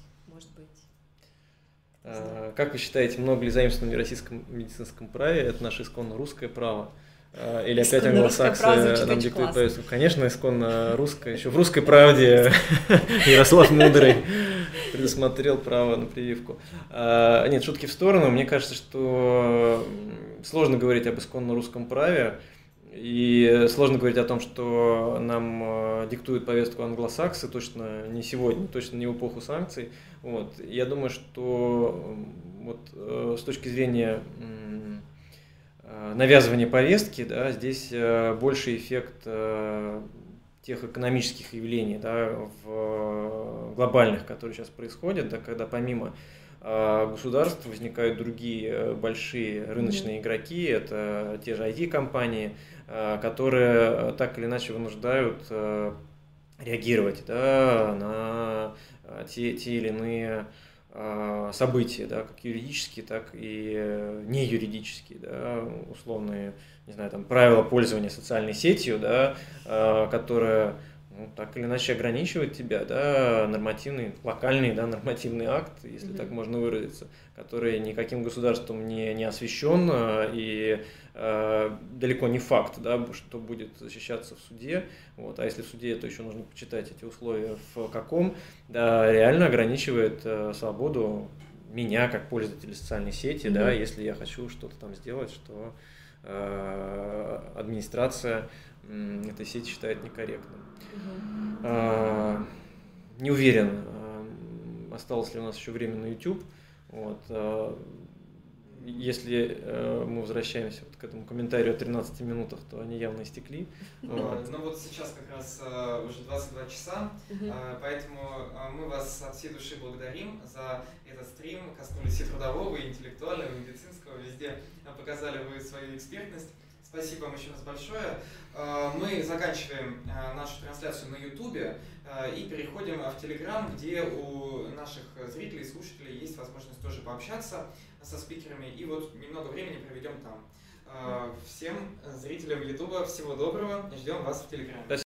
Как вы считаете, много ли заимствований в российском медицинском праве? Это наше исконно русское право? Или опять англосаксы нам диктуют повестку? Конечно, исконно русское. Еще в «Русской правде» Ярослав Мудрый предусмотрел право на прививку. Нет, шутки в сторону. Мне кажется, что сложно говорить об исконно русском праве. И сложно говорить о том, что нам диктуют повестку англосаксы, точно не сегодня, точно не в эпоху санкций. Вот. Я думаю, что вот, с точки зрения навязывания повестки, да, здесь больше эффект тех экономических явлений, да, глобальных, которые сейчас происходят, да, когда помимо государств возникают другие большие рыночные игроки, это те же IT-компании, которые так или иначе вынуждают реагировать, да, на те или иные события, да, как юридические, так и не юридические, да, условные, не знаю, там, правила пользования социальной сетью, да, которая так или иначе ограничивает тебя, да, локальный, да, нормативный акт, если так можно выразиться, который никаким государством не освящен и далеко не факт, да, что будет защищаться в суде. Вот, а если в суде, то еще нужно почитать эти условия в каком, да, реально ограничивает свободу меня как пользователя социальной сети, да, если я хочу что-то там сделать, что администрация этой сети считает некорректным. Не уверен, осталось ли у нас еще время на YouTube. Вот. Если мы возвращаемся вот к этому комментарию о 13 минутах, то они явно истекли. Вот. Ну вот сейчас как раз уже 22 часа, поэтому мы вас от всей души благодарим за этот стрим. Коснулись и трудового, и интеллектуального, и медицинского. Везде показали вы свою экспертность. Спасибо вам еще раз большое. Мы заканчиваем нашу трансляцию на YouTube и переходим в Telegram, где у наших зрителей и слушателей есть возможность тоже пообщаться со спикерами. И вот немного времени проведем там. Всем зрителям YouTube всего доброго и ждем вас в Telegram.